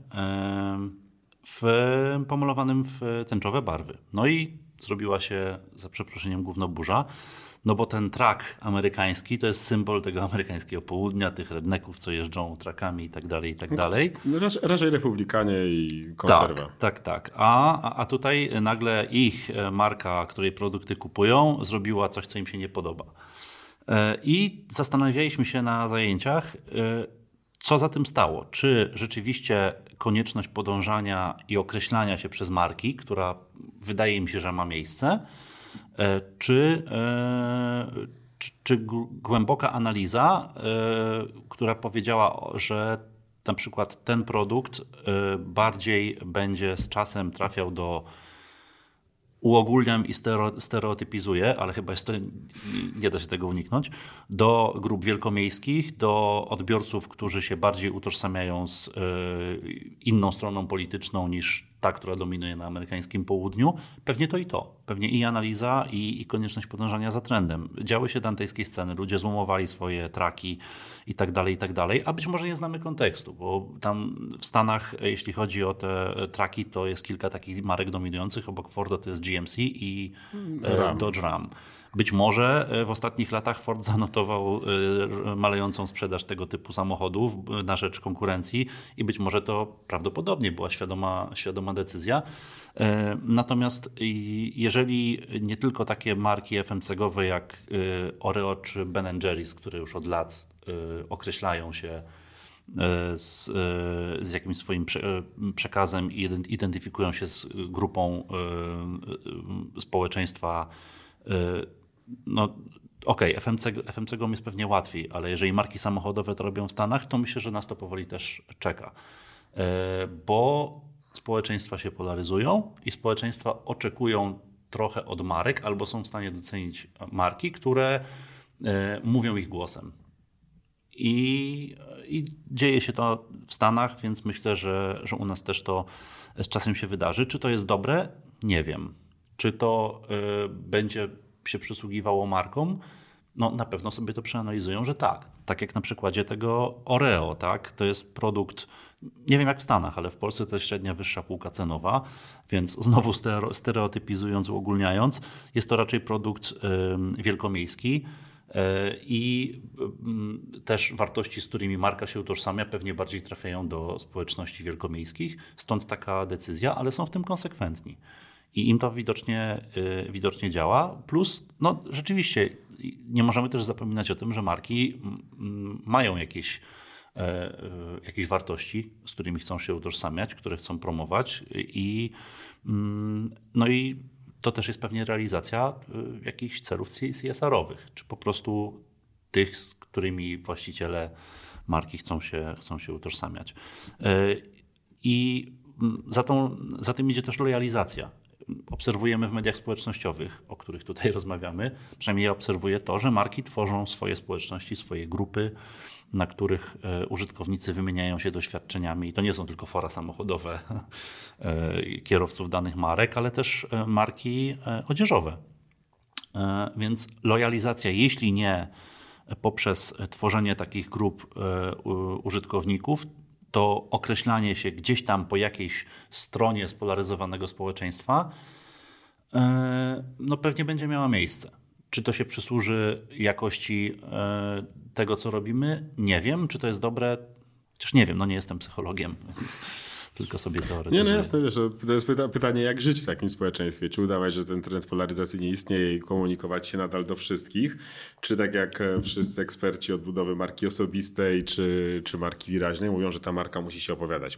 pomalowanym w tęczowe barwy. No i zrobiła się, za przeproszeniem, gównoburza, no bo ten truck amerykański to jest symbol tego amerykańskiego południa, tych redneków, co jeżdżą truckami i tak dalej, i tak dalej. No, raczej republikanie i konserwa. Tak. A tutaj nagle ich marka, której produkty kupują, zrobiła coś, co im się nie podoba. I zastanawialiśmy się na zajęciach, co za tym stało. Czy rzeczywiście konieczność podążania i określania się przez marki, która wydaje mi się, że ma miejsce, czy głęboka analiza, która powiedziała, że na przykład ten produkt bardziej będzie z czasem trafiał do, uogólniam i stereotypizuję, ale chyba nie da się tego uniknąć, do grup wielkomiejskich, do odbiorców, którzy się bardziej utożsamiają z inną stroną polityczną niż ta, która dominuje na amerykańskim południu. Pewnie to i to. Pewnie i analiza, i konieczność podążania za trendem. Działy się dantejskie sceny, ludzie złomowali swoje traki i tak dalej, a być może nie znamy kontekstu, bo tam w Stanach, jeśli chodzi o te traki, to jest kilka takich marek dominujących. Obok Forda to jest GMC i Dodge Ram. Być może w ostatnich latach Ford zanotował malejącą sprzedaż tego typu samochodów na rzecz konkurencji i być może to prawdopodobnie była świadoma decyzja. Natomiast jeżeli nie tylko takie marki FMCG-owe jak Oreo czy Ben & Jerry's, które już od lat określają się z jakimś swoim przekazem i identyfikują się z grupą społeczeństwa, no okej, FMCG-om jest pewnie łatwiej, ale jeżeli marki samochodowe to robią w Stanach, to myślę, że nas to powoli też czeka. Bo społeczeństwa się polaryzują i społeczeństwa oczekują trochę od marek albo są w stanie docenić marki, które mówią ich głosem. I dzieje się to w Stanach, więc myślę, że u nas też to z czasem się wydarzy. Czy to jest dobre? Nie wiem. Czy to będzie się przysługiwało markom? No na pewno sobie to przeanalizują, że tak. Tak jak na przykładzie tego Oreo, tak? To jest produkt, nie wiem jak w Stanach, ale w Polsce to jest średnia wyższa półka cenowa, więc znowu stereotypizując, uogólniając, jest to raczej produkt wielkomiejski i też wartości, z którymi marka się utożsamia, pewnie bardziej trafiają do społeczności wielkomiejskich. Stąd taka decyzja, ale są w tym konsekwentni. I im to widocznie działa. Plus, no rzeczywiście, nie możemy też zapominać o tym, że marki mają jakieś wartości, z którymi chcą się utożsamiać, które chcą promować no i to też jest pewnie realizacja jakichś celów CSR-owych, czy po prostu tych, z którymi właściciele marki chcą się utożsamiać. I za tym idzie też lojalizacja. Obserwujemy w mediach społecznościowych, o których tutaj rozmawiamy, przynajmniej ja obserwuję to, że marki tworzą swoje społeczności, swoje grupy, na których użytkownicy wymieniają się doświadczeniami. I to nie są tylko fora samochodowe kierowców danych marek, ale też marki odzieżowe. Więc lojalizacja, jeśli nie poprzez tworzenie takich grup użytkowników, to określanie się gdzieś tam po jakiejś stronie spolaryzowanego społeczeństwa no pewnie będzie miała miejsce. Czy to się przysłuży jakości tego, co robimy? Nie wiem. Czy to jest dobre? Chociaż nie wiem, no nie jestem psychologiem, więc tylko sobie teoretyzuję. Nie, no jasne, wiesz, to jest pytanie, jak żyć w takim społeczeństwie. Czy udawać, że ten trend polaryzacji nie istnieje i komunikować się nadal do wszystkich, czy tak jak wszyscy eksperci od budowy marki osobistej, czy marki wyraźnej mówią, że ta marka musi się opowiadać,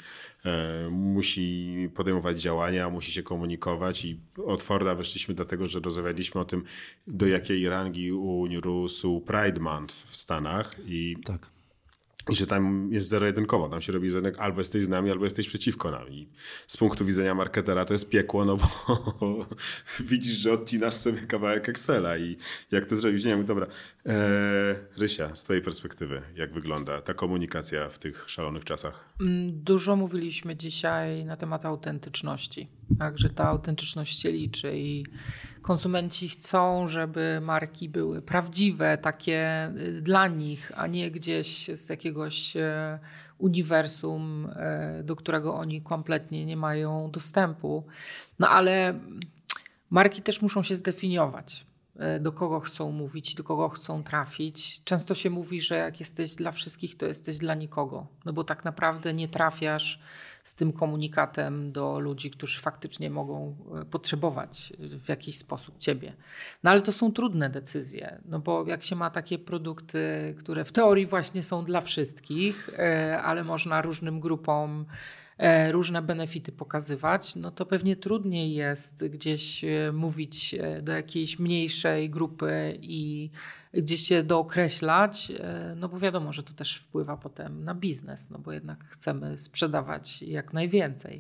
musi podejmować działania, musi się komunikować i od Forda weszliśmy do tego, że rozmawialiśmy o tym, do jakiej rangi urósł Pride Month w Stanach Tak. i że tam jest zero-jedynkowo, tam się robi zenek, albo jesteś z nami, albo jesteś przeciwko nam. I z punktu widzenia marketera to jest piekło, no bo widzisz, że odcinasz sobie kawałek Excela i jak to zrobić? Nie wiem, dobra. Rysia, z twojej perspektywy, jak wygląda ta komunikacja w tych szalonych czasach? Dużo mówiliśmy dzisiaj na temat autentyczności. Także ta autentyczność się liczy i konsumenci chcą, żeby marki były prawdziwe, takie dla nich, a nie gdzieś z jakiegoś uniwersum, do którego oni kompletnie nie mają dostępu. No ale marki też muszą się zdefiniować, do kogo chcą mówić, do kogo chcą trafić. Często się mówi, że jak jesteś dla wszystkich, to jesteś dla nikogo. No bo tak naprawdę nie trafiasz z tym komunikatem do ludzi, którzy faktycznie mogą potrzebować w jakiś sposób ciebie. No ale to są trudne decyzje, no bo jak się ma takie produkty, które w teorii właśnie są dla wszystkich, ale można różnym grupom różne benefity pokazywać, no to pewnie trudniej jest gdzieś mówić do jakiejś mniejszej grupy i gdzieś się dookreślać, no bo wiadomo, że to też wpływa potem na biznes, no bo jednak chcemy sprzedawać jak najwięcej.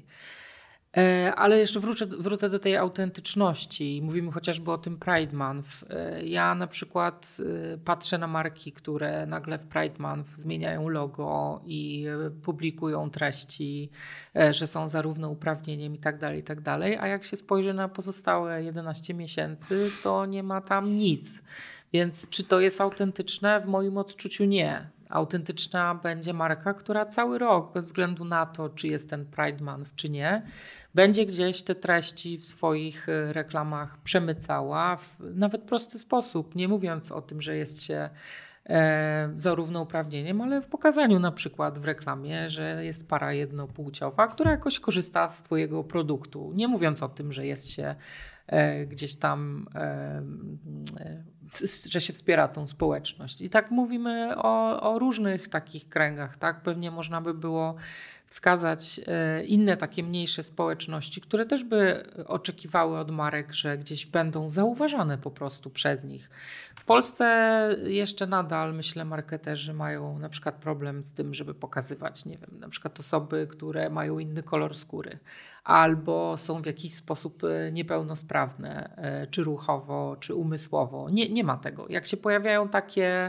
Ale jeszcze wrócę do tej autentyczności. Mówimy chociażby o tym Pride Month. Ja na przykład patrzę na marki, które nagle w Pride Month zmieniają logo i publikują treści, że są za równouprawnieniem i tak dalej, a jak się spojrzy na pozostałe 11 miesięcy, to nie ma tam nic. Więc czy to jest autentyczne? W moim odczuciu nie. Autentyczna będzie marka, która cały rok, bez względu na to, czy jest ten Pride Month, czy nie, będzie gdzieś te treści w swoich reklamach przemycała w nawet prosty sposób, nie mówiąc o tym, że jest się za równouprawnieniem, ale w pokazaniu na przykład w reklamie, że jest para jednopłciowa, która jakoś korzysta z twojego produktu, nie mówiąc o tym, że jest się gdzieś tam, że się wspiera tą społeczność. I tak mówimy o różnych takich kręgach, tak? Pewnie można by było wskazać inne takie mniejsze społeczności, które też by oczekiwały od marek, że gdzieś będą zauważane po prostu przez nich. W Polsce jeszcze nadal, myślę, marketerzy mają na przykład problem z tym, żeby pokazywać, nie wiem, na przykład osoby, które mają inny kolor skóry albo są w jakiś sposób niepełnosprawne, czy ruchowo, czy umysłowo. Nie ma tego. Jak się pojawiają takie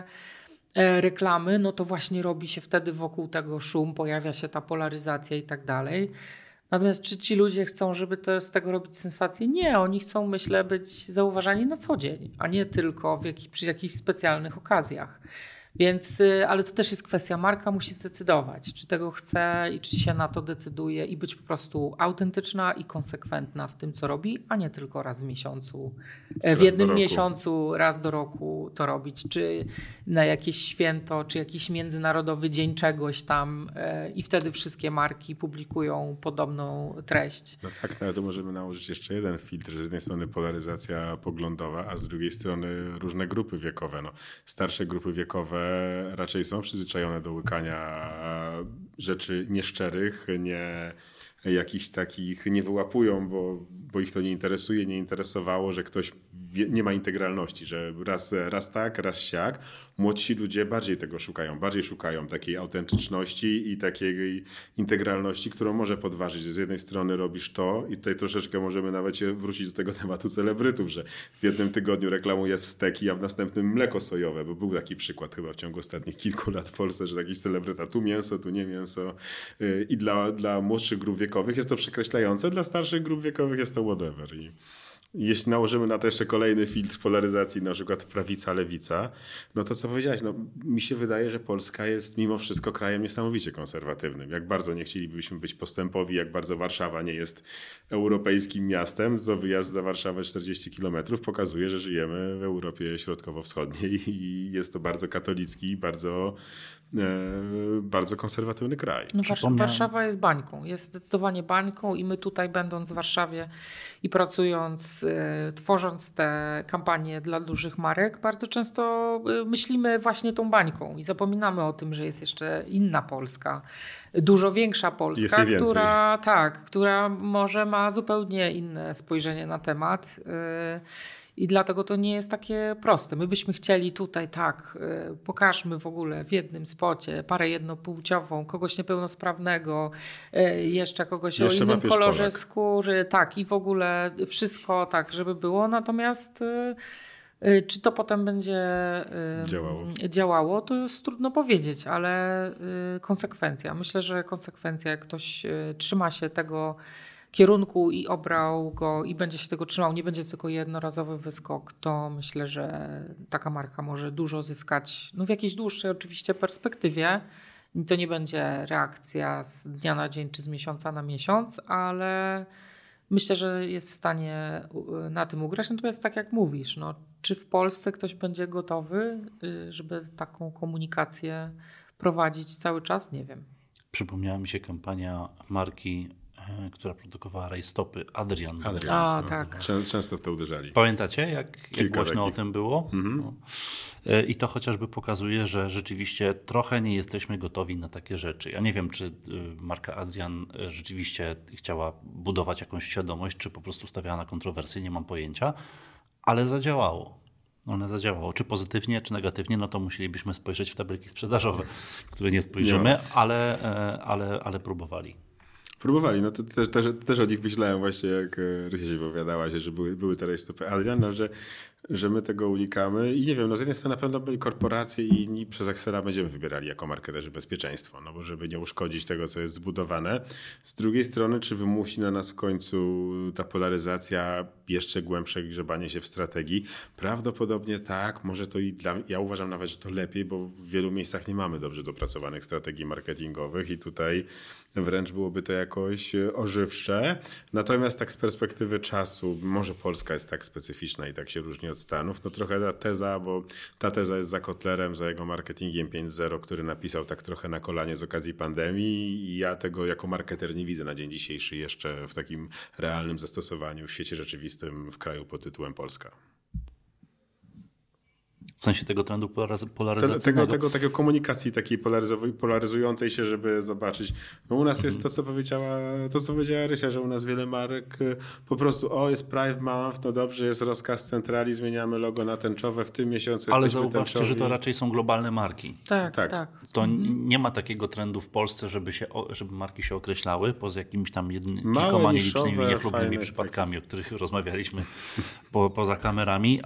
reklamy, no to właśnie robi się wtedy wokół tego szum, pojawia się ta polaryzacja i tak dalej. Natomiast czy ci ludzie chcą, żeby z tego robić sensację? Nie, oni chcą, myślę, być zauważani na co dzień, a nie tylko przy jakichś specjalnych okazjach. Więc, ale to też jest kwestia, marka musi zdecydować, czy tego chce i czy się na to decyduje i być po prostu autentyczna i konsekwentna w tym, co robi, a nie tylko raz w miesiącu, w jednym miesiącu, raz do roku to robić, czy na jakieś święto, czy jakiś międzynarodowy dzień czegoś tam i wtedy wszystkie marki publikują podobną treść. No tak, ale to możemy nałożyć jeszcze jeden filtr, że z jednej strony polaryzacja poglądowa, a z drugiej strony różne grupy wiekowe. No, starsze grupy wiekowe raczej są przyzwyczajone do łykania rzeczy nieszczerych, nie jakichś takich nie wyłapują, bo ich to nie interesuje, nie interesowało, że ktoś nie ma integralności, że raz tak, raz siak. Młodsi ludzie bardziej tego szukają, bardziej szukają takiej autentyczności i takiej integralności, którą może podważyć. Z jednej strony robisz to i tutaj troszeczkę możemy nawet wrócić do tego tematu celebrytów, że w jednym tygodniu reklamuje steki, a w następnym mleko sojowe, bo był taki przykład chyba w ciągu ostatnich kilku lat w Polsce, że jakiś celebryta tu mięso, tu nie mięso i dla młodszych grup wiekowych jest to przekreślające, dla starszych grup wiekowych jest to whatever. I jeśli nałożymy na to jeszcze kolejny filtr polaryzacji, na przykład prawica, lewica, no to co powiedziałeś, no mi się wydaje, że Polska jest mimo wszystko krajem niesamowicie konserwatywnym. Jak bardzo nie chcielibyśmy być postępowi, jak bardzo Warszawa nie jest europejskim miastem, to wyjazd za Warszawę 40 kilometrów pokazuje, że żyjemy w Europie Środkowo-Wschodniej i jest to bardzo katolicki, bardzo bardzo konserwatywny kraj. No, Warszawa jest bańką, jest zdecydowanie bańką i my tutaj będąc w Warszawie i pracując, tworząc te kampanie dla dużych marek, bardzo często myślimy właśnie tą bańką i zapominamy o tym, że jest jeszcze inna Polska, dużo większa Polska, która może ma zupełnie inne spojrzenie na temat. I dlatego to nie jest takie proste. My byśmy chcieli tutaj pokażmy w ogóle w jednym spocie parę jednopłciową, kogoś niepełnosprawnego, jeszcze kogoś o innym kolorze skóry, i w ogóle wszystko tak, żeby było. Natomiast czy to potem będzie działało, to jest trudno powiedzieć, ale konsekwencja. Myślę, że konsekwencja, jak ktoś trzyma się tego kierunku i obrał go i będzie się tego trzymał, nie będzie to tylko jednorazowy wyskok, to myślę, że taka marka może dużo zyskać w jakiejś dłuższej oczywiście perspektywie. To nie będzie reakcja z dnia na dzień czy z miesiąca na miesiąc, ale myślę, że jest w stanie na tym ugrać. Natomiast tak jak mówisz, czy w Polsce ktoś będzie gotowy, żeby taką komunikację prowadzić cały czas? Nie wiem. Przypomniała mi się kampania marki, która produkowała rajstopy, Adrian. Tak. Często w to uderzali. Pamiętacie, jak głośno o tym było? No. I to chociażby pokazuje, że rzeczywiście trochę nie jesteśmy gotowi na takie rzeczy. Ja nie wiem, czy marka Adrian rzeczywiście chciała budować jakąś świadomość, czy po prostu stawiała na kontrowersje, nie mam pojęcia, ale zadziałało. One zadziałało. Czy pozytywnie, czy negatywnie, to musielibyśmy spojrzeć w tabelki sprzedażowe, które nie spojrzymy, ale próbowali. Próbowali, to też o nich myślałem właśnie, jak Rysia się wypowiadała, że były te rajstopy Adrian, że my tego unikamy i nie wiem, z jednej strony na pewno byli korporacje i inni przez Axela będziemy wybierali jako marketerzy bezpieczeństwo, bo żeby nie uszkodzić tego, co jest zbudowane. Z drugiej strony, czy wymusi na nas w końcu ta polaryzacja jeszcze głębsze grzebanie się w strategii? Prawdopodobnie tak, może to ja uważam nawet, że to lepiej, bo w wielu miejscach nie mamy dobrze dopracowanych strategii marketingowych i tutaj wręcz byłoby to jakoś ożywcze. Natomiast tak z perspektywy czasu, może Polska jest tak specyficzna i tak się różni od Stanów, trochę ta teza jest za Kotlerem, za jego marketingiem 5.0, który napisał tak trochę na kolanie z okazji pandemii i ja tego jako marketer nie widzę na dzień dzisiejszy jeszcze w takim realnym zastosowaniu w świecie rzeczywistym w kraju pod tytułem Polska. W sensie tego trendu polaryzacyjnego. Tego takiej komunikacji takiej polaryzującej się, żeby zobaczyć. U nas jest to, co powiedziała Rysia, że u nas wiele marek po prostu jest Pride Month, dobrze, jest rozkaz centrali, zmieniamy logo na tęczowe, w tym miesiącu ale zauważcie, że to raczej są globalne marki. Tak. To nie ma takiego trendu w Polsce, żeby marki się określały, poza jakimiś tam kilkoma nielicznymi, niechlubnymi przypadkami, o których rozmawialiśmy poza kamerami,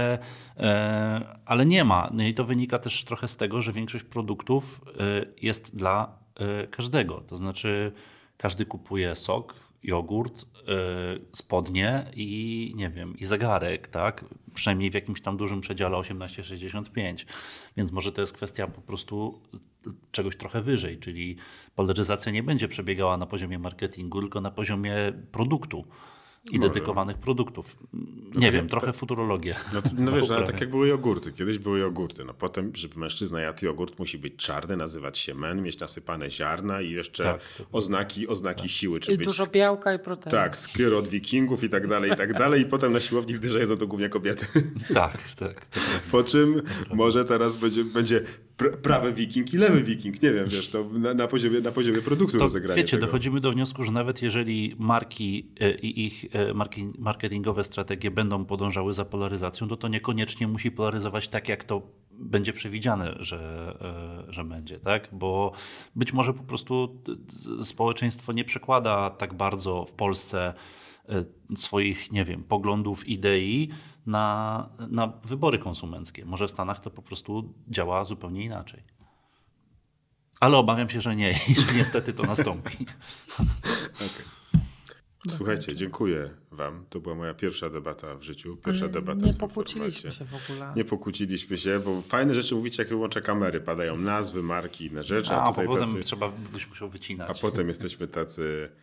ale nie ma. I to wynika też trochę z tego, że większość produktów jest dla każdego. To znaczy każdy kupuje sok, jogurt, spodnie i nie wiem, i zegarek, tak? Przynajmniej w jakimś tam dużym przedziale 18-65. Więc może to jest kwestia po prostu czegoś trochę wyżej, czyli polaryzacja nie będzie przebiegała na poziomie marketingu, tylko na poziomie produktu. I dedykowanych produktów. Nie wiem, trochę futurologię. Wiesz, ale tak jak były jogurty. Kiedyś były jogurty. Potem, żeby mężczyzna jadł jogurt, musi być czarny, nazywać się men, mieć nasypane ziarna i jeszcze oznaki siły. I dużo białka i protein. Tak, skóry od wikingów i tak dalej. I potem na siłowni wdyżają to głównie kobiety. Tak. Po czym może teraz będzie prawy wiking i lewy wiking. Nie wiem, wiesz, to na poziomie produktu rozegrania. Wiecie, dochodzimy do wniosku, że nawet jeżeli marki i ich marketingowe strategie będą podążały za polaryzacją, to niekoniecznie musi polaryzować tak, jak to będzie przewidziane, że będzie, tak? Bo być może po prostu społeczeństwo nie przekłada tak bardzo w Polsce swoich, nie wiem, poglądów, idei na wybory konsumenckie. Może w Stanach to po prostu działa zupełnie inaczej. Ale obawiam się, że nie i że niestety to nastąpi. Okay. Słuchajcie, dziękuję wam. To była moja pierwsza debata w życiu. Nie pokłóciliśmy się w ogóle. Nie pokłóciliśmy się, bo fajne rzeczy mówicie, jak wyłącza kamery. Padają nazwy, marki, inne rzeczy. A potem byś musiał wycinać. A potem jesteśmy tacy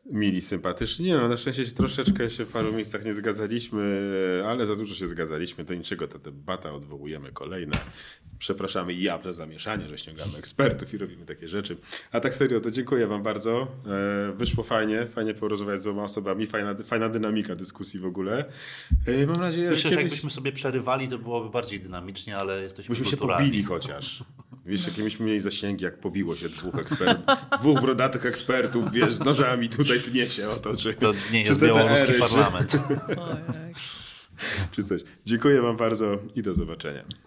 Mili, sympatyczni. Nie no, na szczęście troszeczkę się w paru miejscach nie zgadzaliśmy, ale za dużo się zgadzaliśmy. Do niczego ta debata, odwołujemy kolejne. Przepraszamy jawne zamieszanie, że ściągamy ekspertów i robimy takie rzeczy. A tak serio, to dziękuję wam bardzo. Wyszło fajnie porozmawiać z dwoma osobami, fajna dynamika dyskusji w ogóle. Mam nadzieję, Myślę, że że kiedyś... jakbyśmy sobie przerywali, to byłoby bardziej dynamicznie, ale jesteśmy Byśmy się kulturalni. pobili chociaż. Wiesz, jakie myśmy mieli zasięgi, jak pobiło się dwóch brodatych ekspertów, wiesz, z nożami tutaj tnie się o to, czy... To nie czy jest białoruski CDR-y, parlament. czy coś. Dziękuję wam bardzo i do zobaczenia.